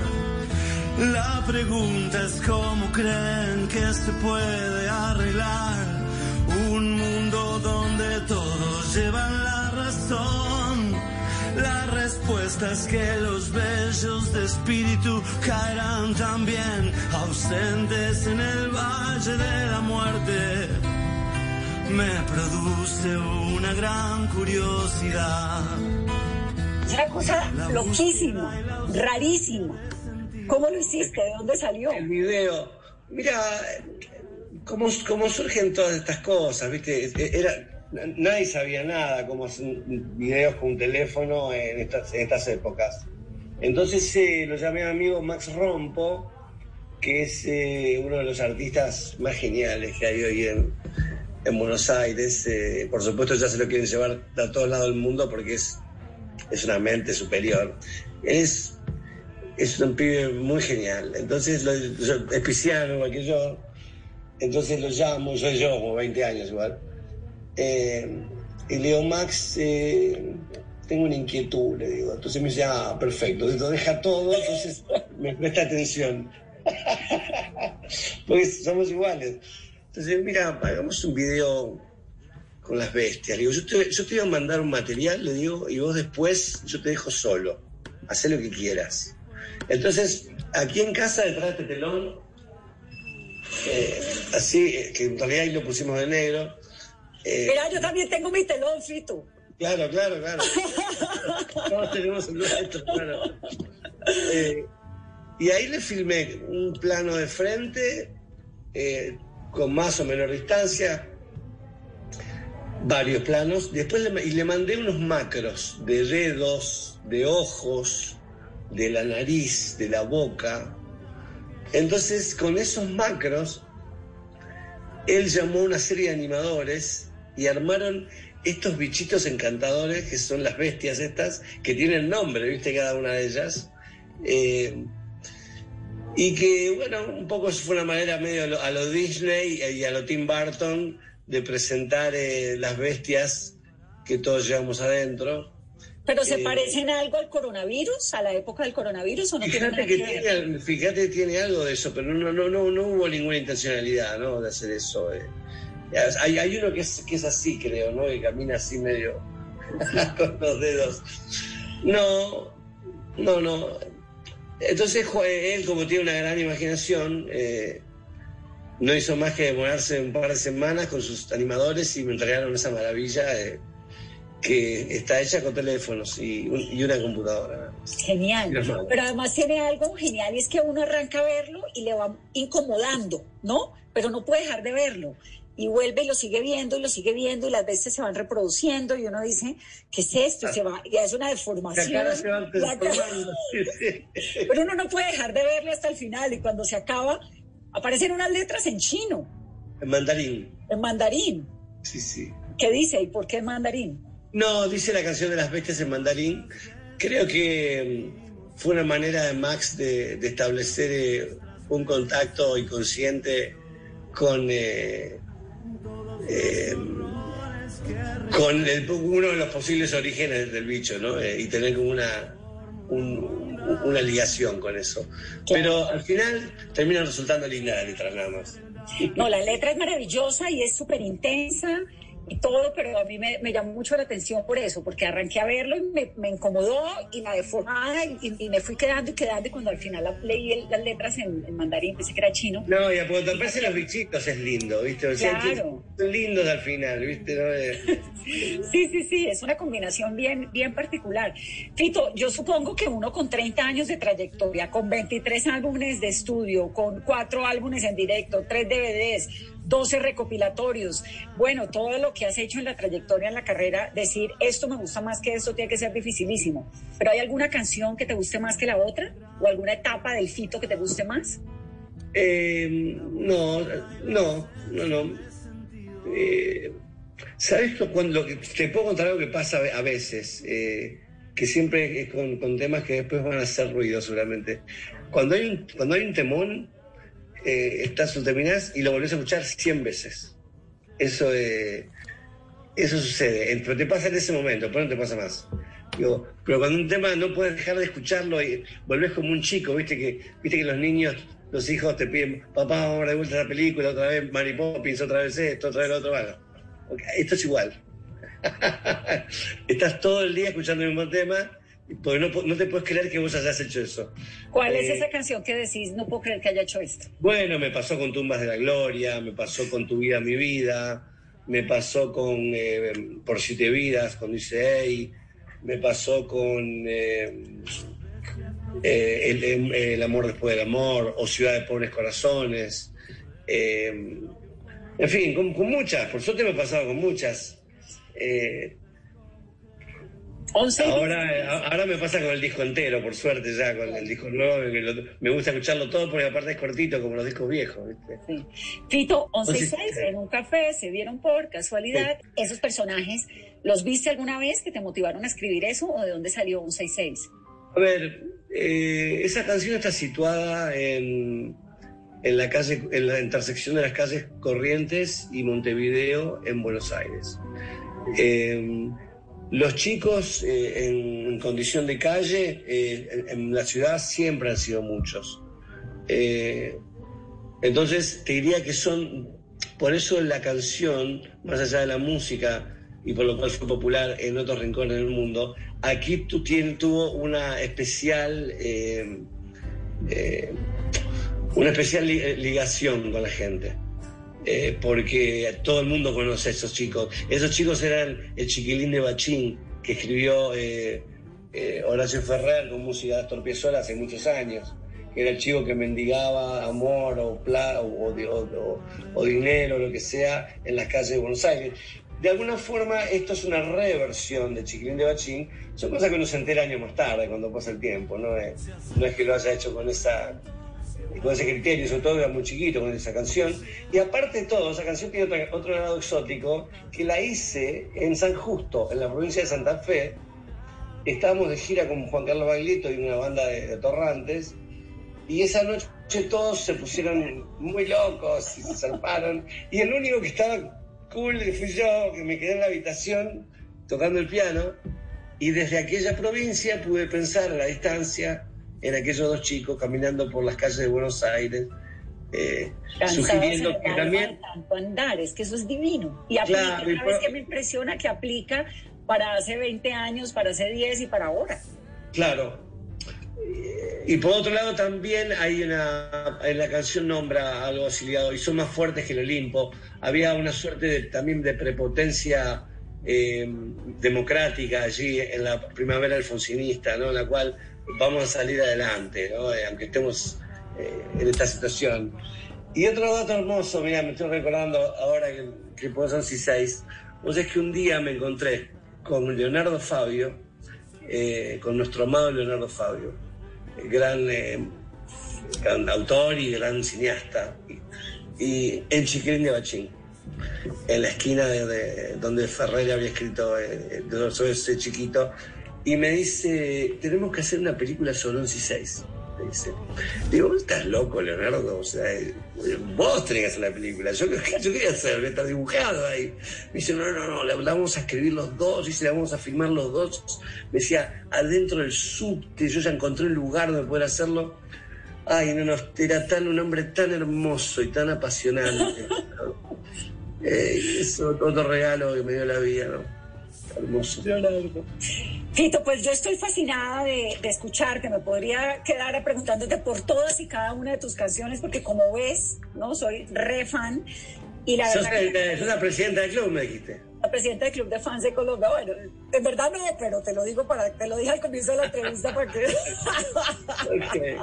La pregunta es cómo creen que se puede arreglar un mundo donde todos llevan la razón. La respuesta es que los bellos de espíritu caerán también, ausentes en el valle de la muerte. Me produce una gran curiosidad. Es una cosa loquísima, rarísima. ¿Cómo lo hiciste? ¿De dónde salió? El video. Mira, cómo, cómo surgen todas estas cosas, ¿viste? Era, nadie sabía nada cómo hacer videos con un teléfono en estas, en estas épocas. Entonces eh, lo llamé a mi amigo Max Rompo, que es eh, uno de los artistas más geniales que hay hoy en, en Buenos Aires. Eh, por supuesto ya se lo quieren llevar a todos lados del mundo porque es, es una mente superior. Él es, es un pibe muy genial. Entonces lo, yo, es pisciano igual que yo. Entonces lo llamo, soy yo, como veinte años igual. Eh, y le digo, Max, eh, tengo una inquietud, le digo. Entonces me dice, ah, perfecto, lo deja todo, entonces me presta atención. Porque somos iguales. Entonces, mira, hagamos un video con las bestias. Le digo, yo te, yo te voy a mandar un material, le digo, y vos después yo te dejo solo. Hacé lo que quieras. Entonces, aquí en casa, detrás de este telón, eh, así, que en realidad ahí lo pusimos de negro. Eh, Mira, yo también tengo mi telón, Fito. Claro, claro, claro. Todos tenemos el nuestro, claro. Eh, y ahí le filmé un plano de frente, eh, con más o menor distancia, varios planos. Después le, y le mandé unos macros de dedos, de ojos, de la nariz, de la boca. Entonces, con esos macros, él llamó a una serie de animadores y armaron estos bichitos encantadores que son las bestias estas, que tienen nombre, ¿viste? Cada una de ellas. Eh, y que, bueno, un poco fue una manera medio a lo, a lo Disney y a lo Tim Burton de presentar eh, las bestias que todos llevamos adentro. ¿Pero se eh, parecen algo al coronavirus, a la época del coronavirus, o no tienen nada que que ver? tiene, fíjate que tiene algo de eso, pero no, no, no, no hubo ninguna intencionalidad, ¿no?, de hacer eso. Eh. Hay, hay uno que es, que es así, creo, ¿no?, que camina así medio con los dedos. No, no, no. Entonces él, como tiene una gran imaginación, eh, no hizo más que demorarse un par de semanas con sus animadores y me entregaron esa maravilla eh, que está hecha con teléfonos y, y una computadora. Genial. Pero además tiene algo genial y es que uno arranca a verlo y le va incomodando, ¿no? Pero no puede dejar de verlo. Y vuelve y lo sigue viendo y lo sigue viendo y las bestias se van reproduciendo y uno dice, ¿qué es esto? Y se va, y es una deformación. La cara se va la cara... Pero uno no puede dejar de verlo hasta el final y cuando se acaba aparecen unas letras en chino. En mandarín. En mandarín. Sí, sí. ¿Qué dice y por qué en mandarín? No, dice la canción de las bestias en mandarín. Creo que fue una manera de Max de, de establecer eh, un contacto inconsciente con... Eh, Eh, con el, uno de los posibles orígenes del bicho, ¿no? Eh, y tener como una, un, una ligación con eso. Pero al final termina resultando linda la letra nada más. No, la letra es maravillosa y es súper intensa y todo, pero a mí me, me llamó mucho la atención por eso, porque arranqué a verlo y me, me incomodó y la deformada y, y me fui quedando y quedando y cuando al final la, leí el, las letras en, en mandarín, pensé que era chino. No, y a cuando te aparecen los bichitos es lindo, ¿viste? O sea, claro. Son lindos al final, ¿viste? ¿No? Sí, sí, sí, es una combinación bien, bien particular. Fito, yo supongo que uno con treinta años de trayectoria, con veintitrés álbumes de estudio, con cuatro álbumes en directo, tres D V Ds, doce recopilatorios, bueno, todo lo que has hecho en la trayectoria, en la carrera, decir esto me gusta más que esto tiene que ser dificilísimo. ¿Pero hay alguna canción que te guste más que la otra? ¿O alguna etapa del Fito que te guste más? Eh, no, no, no, no. Eh, ¿Sabes lo, cuando, te puedo contar algo que pasa a veces? Eh, que siempre es con, con temas que después van a hacer ruido seguramente. Cuando hay un, cuando hay un temón, eh, estás, lo terminás y lo volvés a escuchar cien veces. Eso, eh, eso sucede, pero te pasa en ese momento, pero no te pasa más. Digo, pero cuando un tema no puedes dejar de escucharlo y volvés como un chico, viste que, viste que los niños, los hijos te piden, papá, vamos a de vuelta a la película, otra vez Mary Poppins, otra vez esto, otra vez lo otro, bueno, okay, esto es igual. Estás todo el día escuchando el mismo tema, porque no, no te puedes creer que vos hayas hecho eso. ¿Cuál eh, es esa canción que decís, no puedo creer que haya hecho esto? Bueno, me pasó con Tumbas de la Gloria, me pasó con Tu vida, mi vida, me pasó con eh, Por siete vidas, con dice Ey, me pasó con eh, eh, el, el, el amor después del amor, o Ciudad de pobres corazones, eh, en fin, con, con muchas, por suerte me he pasado con muchas. Eh, ahora, ahora me pasa con el disco entero, por suerte ya, con el disco nuevo, me, lo, me gusta escucharlo todo porque aparte es cortito como los discos viejos, ¿viste? Sí. Fito, once y seis, en un café, se vieron por casualidad. Sí. Esos personajes, ¿los viste alguna vez que te motivaron a escribir eso o de dónde salió once y seis? A ver, eh, esa canción está situada en, en la calle, en la intersección de las calles Corrientes y Montevideo en Buenos Aires. Eh, los chicos eh, en, en condición de calle eh, en, en la ciudad siempre han sido muchos. Eh, entonces te diría que son, por eso la canción, más allá de la música y por lo cual fue popular en otros rincones del mundo, aquí tú tienes, tuvo una especial eh, eh, una especial li- ligación con la gente. Eh, porque todo el mundo conoce a esos chicos. Esos chicos eran el Chiquilín de Bachín, que escribió eh, eh, Horacio Ferrer con música de Astor Piazzolla hace muchos años, que era el chico que mendigaba amor o, pla, o, o, o, o dinero o lo que sea en las calles de Buenos Aires. De alguna forma esto es una reversión de Chiquilín de Bachín. Son cosas que uno se entera años más tarde cuando pasa el tiempo, no es, no es que lo haya hecho con esa con ese criterio, sobre todo era muy chiquito con esa canción. Y aparte de todo, esa canción tiene otro, otro lado exótico, que la hice en San Justo, en la provincia de Santa Fe. Estábamos de gira con Juan Carlos Baglietto y una banda de, de torrantes, y esa noche todos se pusieron muy locos y se zarparon, y el único que estaba cool fui yo, que me quedé en la habitación tocando el piano, y desde aquella provincia pude pensar a la distancia en aquellos dos chicos caminando por las calles de Buenos Aires, eh, sugiriendo que también... Tanto andar, es que eso es divino. Y aplica, claro, una vez que me impresiona que aplica para hace veinte años, para hace diez y para ahora. Claro. Y por otro lado también hay una... En la canción nombra algo así ligado, y son más fuertes que el Olimpo. Había una suerte de, también de prepotencia eh, democrática allí en la primavera alfonsinista, ¿no? En la cual vamos a salir adelante, ¿no? Eh, aunque estemos eh, en esta situación. Y otro dato hermoso, mira, me estoy recordando ahora que, que por once y seis, vos es que un día me encontré con Leonardo Fabio, eh, con nuestro amado Leonardo Fabio, gran, eh, gran autor y gran cineasta, y, y en Chiquilín de Bachín, en la esquina de, de donde Ferrer había escrito eh, de Soy ese chiquito. Y me dice, tenemos que hacer una película sobre once y seis. Me dice, digo, ¿vos estás loco, Leonardo? O sea, vos tenés que hacer la película. Yo, yo quería hacer, estar dibujado ahí. Me dice, no, no, no, la, la vamos a escribir los dos, y se la vamos a filmar los dos. Me decía, adentro del subte, yo ya encontré un lugar donde poder hacerlo. Ay, no, no, era tan, un hombre tan hermoso y tan apasionante. Eh, es otro regalo que me dio la vida, ¿no? Hermoso. Fito, pues yo estoy fascinada de, de escucharte. Me podría quedar preguntándote por todas y cada una de tus canciones, porque como ves, ¿no? Soy re fan. Y la Sos verdad que... es una presidenta del club, me dijiste. La presidenta del Club de Fans de Colombia. Bueno, en verdad no, pero te lo digo para, te lo dije al comienzo de la entrevista para que... Okay.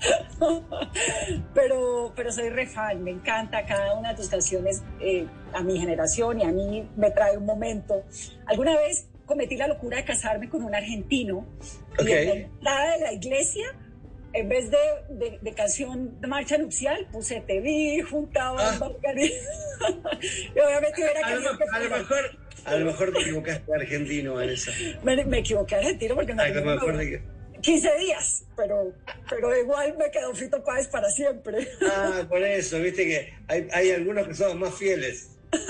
pero, pero soy re fan, me encanta cada una de tus canciones. Eh, a mi generación y a mí me trae un momento. Alguna vez cometí la locura de casarme con un argentino, okay. Y en la entrada de la iglesia, en vez de, de, de canción de marcha nupcial, puse Te vi, juntaba ah. Margarita. Y obviamente era a, lo, a, lo mejor, a lo mejor te equivocaste argentino, Vanessa. Me, me equivoqué argentino porque me Ay, mejor de que... quince días, pero, pero igual me quedó Fito Páez para siempre. Ah, por eso, viste que hay, hay algunos que son más fieles.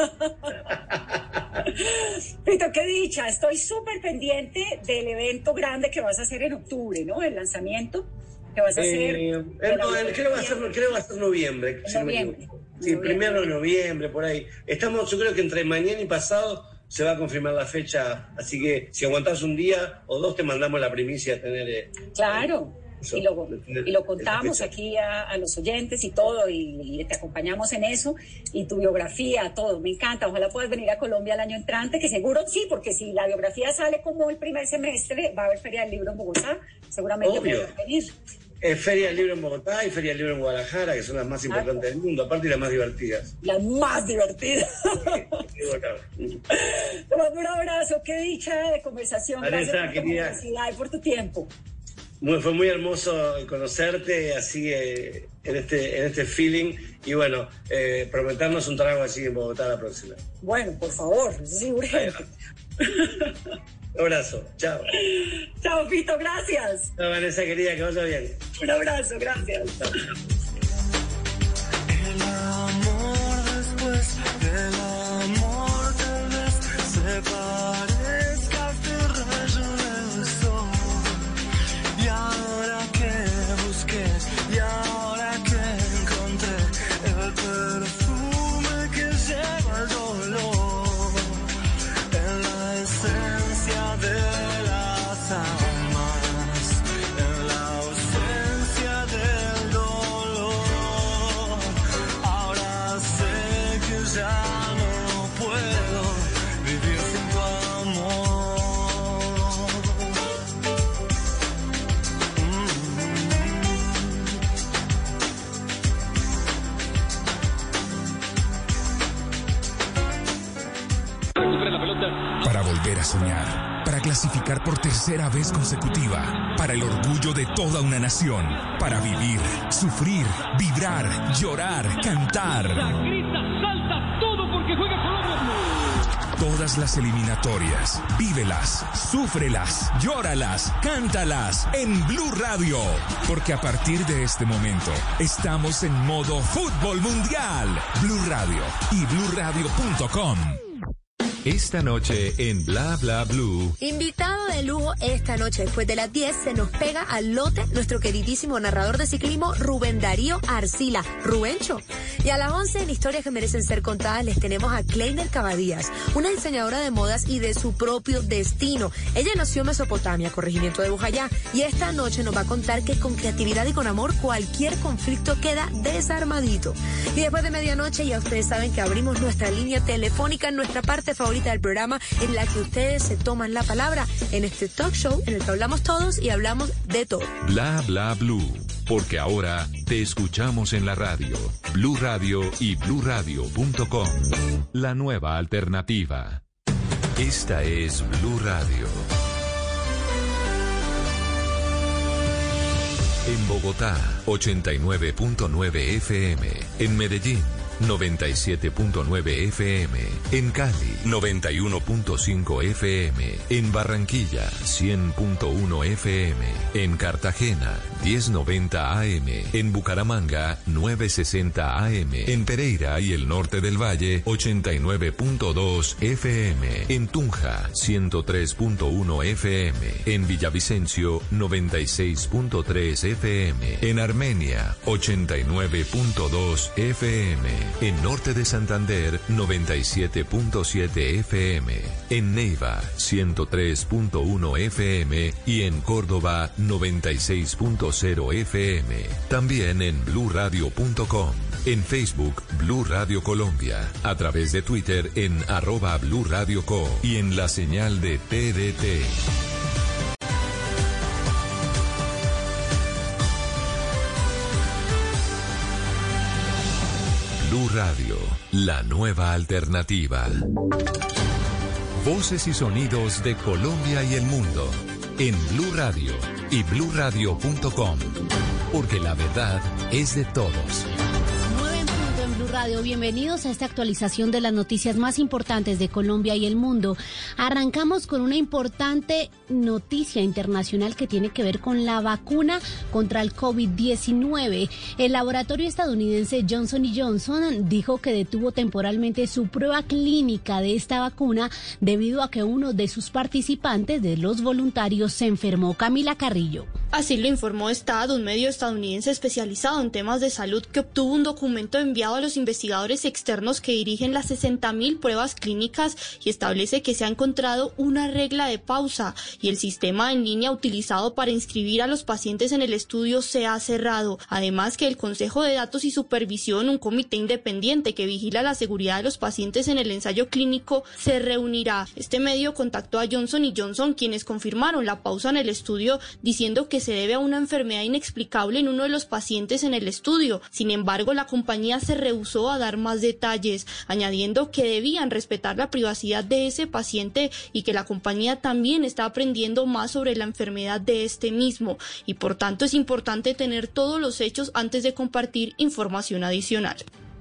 Fito, qué dicha, estoy súper pendiente del evento grande que vas a hacer en octubre, ¿no? El lanzamiento que vas a hacer. Eh, no, creo que va a ser, creo que va a ser noviembre. En noviembre. Sí, noviembre. Primero de noviembre, por ahí. Estamos, yo creo que entre mañana y pasado se va a confirmar la fecha, así que si aguantás un día o dos te mandamos la primicia a tener... Eh, claro. Eso, y, lo, y lo contamos aquí a, a los oyentes y todo, y, y te acompañamos en eso, y tu biografía, todo, me encanta. Ojalá puedas venir a Colombia el año entrante, que seguro sí, porque si la biografía sale como el primer semestre, va a haber Feria del Libro en Bogotá, seguramente podrás venir. Es Feria del Libro en Bogotá y Feria del Libro en Guadalajara, que son las más importantes del mundo, aparte y las más divertidas. Las más divertidas. Te mando un abrazo, qué dicha de conversación. Vanessa, gracias por querida. tu felicidad y por tu tiempo. Muy, fue muy hermoso conocerte así eh, en este en este feeling y bueno, eh, prometernos un trago así en Bogotá la próxima. Bueno, por favor, eso sí, urgente. Un abrazo, chao. Chao, Fito, gracias. Chao, Vanessa, querida, que vaya bien. Un abrazo, gracias. Chao. El amor después del amor tal vez se parezca a este rayo del sol. Y ahora que busqué, y ahora que encontré el perfume que lleva el dolor, en la esencia de las almas, en la ausencia del dolor, ahora sé que ya no puedo vivir sin tu amor. Para volver a soñar, para clasificar por tercera vez consecutiva, para el orgullo de toda una nación, para vivir, sufrir, vibrar, llorar, cantar. Grita, salta, todo porque juega Colombia. Todas las eliminatorias, vívelas, súfrelas, llóralas, cántalas en Blue Radio, porque a partir de este momento estamos en modo fútbol mundial. Blue Radio y blue radio punto com. Esta noche en Bla Bla Blue. Invitado de lujo esta noche, después de las diez, se nos pega al lote nuestro queridísimo narrador de ciclismo Rubén Darío Arcila, Rubencho. Y a las once, en Historias que Merecen Ser Contadas, les tenemos a Kleiner Cavadías, una diseñadora de modas y de su propio destino. Ella nació en Mesopotamia, corregimiento de Bojayá, y esta noche nos va a contar que con creatividad y con amor cualquier conflicto queda desarmadito. Y después de medianoche, ya ustedes saben que abrimos nuestra línea telefónica en nuestra parte favorita del programa, en la que ustedes se toman la palabra en este talk show en el que hablamos todos y hablamos de todo. Bla Bla Blue, porque ahora te escuchamos en la radio, Blue Radio y blue radio punto com, la nueva alternativa. Esta es Blue Radio. En Bogotá, ochenta y nueve punto nueve F M. En Medellín, noventa y siete punto nueve F M. En Cali, noventa y uno punto cinco F M. En Barranquilla, cien punto uno F M. En Cartagena, mil noventa A M. En Bucaramanga, novecientos sesenta A M. En Pereira y el norte del Valle, ochenta y nueve punto dos F M. En Tunja, ciento tres punto uno F M. En Villavicencio, noventa y seis punto tres F M. En Armenia, ochenta y nueve punto dos F M. En Norte de Santander, noventa y siete punto siete F M. En Neiva, ciento tres punto uno F M. Y en Córdoba, noventa y seis punto cero F M. También en blue radio punto com. En Facebook, Blue Radio Colombia. A través de Twitter en arroba Blue Radio Co. Y en la señal de T D T. Blue Radio, la nueva alternativa. Voces y sonidos de Colombia y el mundo en Blue Radio y blue radio punto com, porque la verdad es de todos. Radio, bienvenidos a esta actualización de las noticias más importantes de Colombia y el mundo. Arrancamos con una importante noticia internacional que tiene que ver con la vacuna contra el COVID diecinueve. El laboratorio estadounidense Johnson y Johnson dijo que detuvo temporalmente su prueba clínica de esta vacuna debido a que uno de sus participantes, de los voluntarios, se enfermó. Camila Carrillo. Así lo informó Estado, un medio estadounidense especializado en temas de salud que obtuvo un documento enviado a los investigadores externos que dirigen las sesenta mil pruebas clínicas y establece que se ha encontrado una regla de pausa y el sistema en línea utilizado para inscribir a los pacientes en el estudio se ha cerrado. Además que el Consejo de Datos y Supervisión, un comité independiente que vigila la seguridad de los pacientes en el ensayo clínico, se reunirá. Este medio contactó a Johnson y Johnson, quienes confirmaron la pausa en el estudio, diciendo que se debe a una enfermedad inexplicable en uno de los pacientes en el estudio. Sin embargo, la compañía se rehusó a dar más detalles, añadiendo que debían respetar la privacidad de ese paciente y que la compañía también está aprendiendo más sobre la enfermedad de este mismo y por tanto es importante tener todos los hechos antes de compartir información adicional.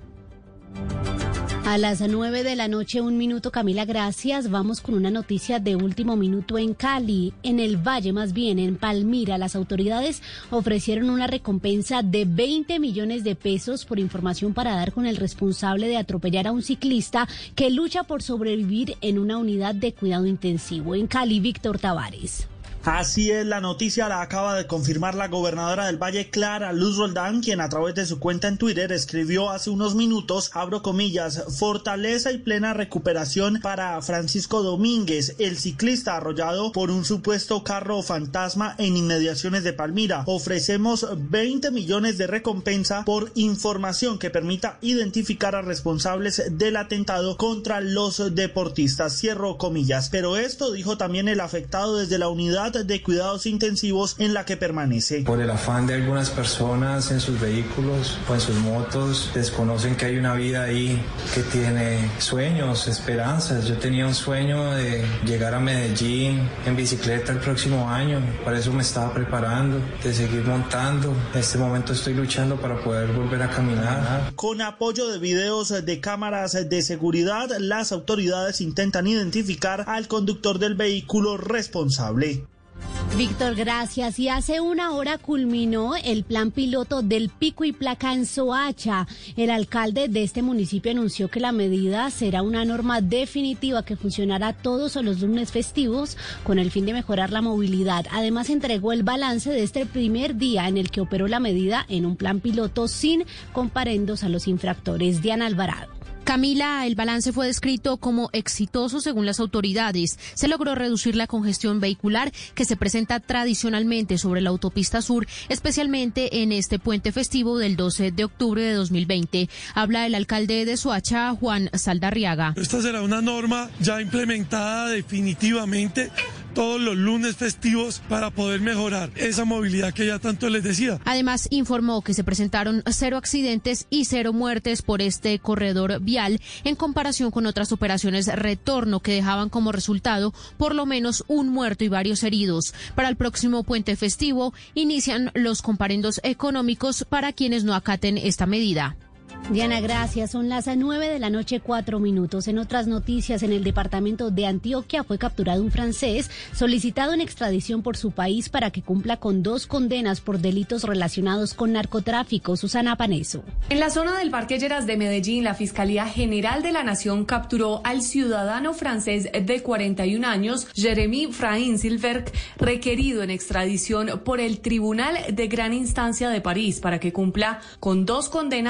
A las nueve de la noche, un minuto, Camila, gracias. Vamos con una noticia de último minuto en Cali, en el Valle, más bien, en Palmira. Las autoridades ofrecieron una recompensa de veinte millones de pesos por información para dar con el responsable de atropellar a un ciclista que lucha por sobrevivir en una unidad de cuidado intensivo. En Cali, Víctor Tavares. Así es, la noticia la acaba de confirmar la gobernadora del Valle, Clara Luz Roldán, quien a través de su cuenta en Twitter escribió hace unos minutos, abro comillas, fortaleza y plena recuperación para Francisco Domínguez, el ciclista arrollado por un supuesto carro fantasma en inmediaciones de Palmira. Ofrecemos veinte millones de recompensa por información que permita identificar a responsables del atentado contra los deportistas, cierro comillas. Pero esto dijo también el afectado desde la unidad de cuidados intensivos en la que permanece. Por el afán de algunas personas en sus vehículos o en sus motos, desconocen que hay una vida ahí que tiene sueños, esperanzas. Yo tenía un sueño de llegar a Medellín en bicicleta el próximo año, para eso me estaba preparando, de seguir montando. En este momento estoy luchando para poder volver a caminar. Con apoyo de videos de cámaras de seguridad, las autoridades intentan identificar al conductor del vehículo responsable. Víctor, gracias. Y hace una hora culminó el plan piloto del pico y placa en Soacha. El alcalde de este municipio anunció que la medida será una norma definitiva que funcionará todos los lunes festivos con el fin de mejorar la movilidad. Además, entregó el balance de este primer día en el que operó la medida en un plan piloto sin comparendos a los infractores. Diana Alvarado. Camila, el balance fue descrito como exitoso según las autoridades. Se logró reducir la congestión vehicular que se presenta tradicionalmente sobre la autopista sur, especialmente en este puente festivo del doce de octubre de dos mil veinte. Habla el alcalde de Soacha, Juan Saldarriaga. Esta será una norma ya implementada definitivamente todos los lunes festivos para poder mejorar esa movilidad que ya tanto les decía. Además, informó que se presentaron cero accidentes y cero muertes por este corredor vial en comparación con otras operaciones retorno que dejaban como resultado por lo menos un muerto y varios heridos. Para el próximo puente festivo inician los comparendos económicos para quienes no acaten esta medida. Diana, gracias. Son las nueve de la noche, cuatro minutos. En otras noticias, en el departamento de Antioquia fue capturado un francés solicitado en extradición por su país para que cumpla con dos condenas por delitos relacionados con narcotráfico. Susana Paneso. En la zona del Parque Lleras de Medellín, la Fiscalía General de la Nación capturó al ciudadano francés de cuarenta y un años, Jeremy Frain-Silverc, requerido en extradición por el Tribunal de Gran Instancia de París para que cumpla con dos condenas de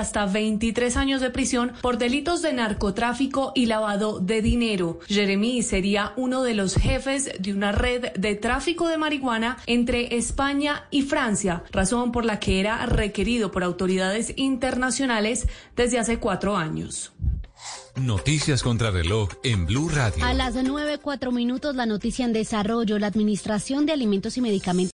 hasta veintitrés años de prisión por delitos de narcotráfico y lavado de dinero. Jeremy sería uno de los jefes de una red de tráfico de marihuana entre España y Francia, razón por la que era requerido por autoridades internacionales desde hace cuatro años. Noticias contra reloj en Blue Radio. A las nueve, cuatro minutos, la noticia en desarrollo. La Administración de Alimentos y Medicamentos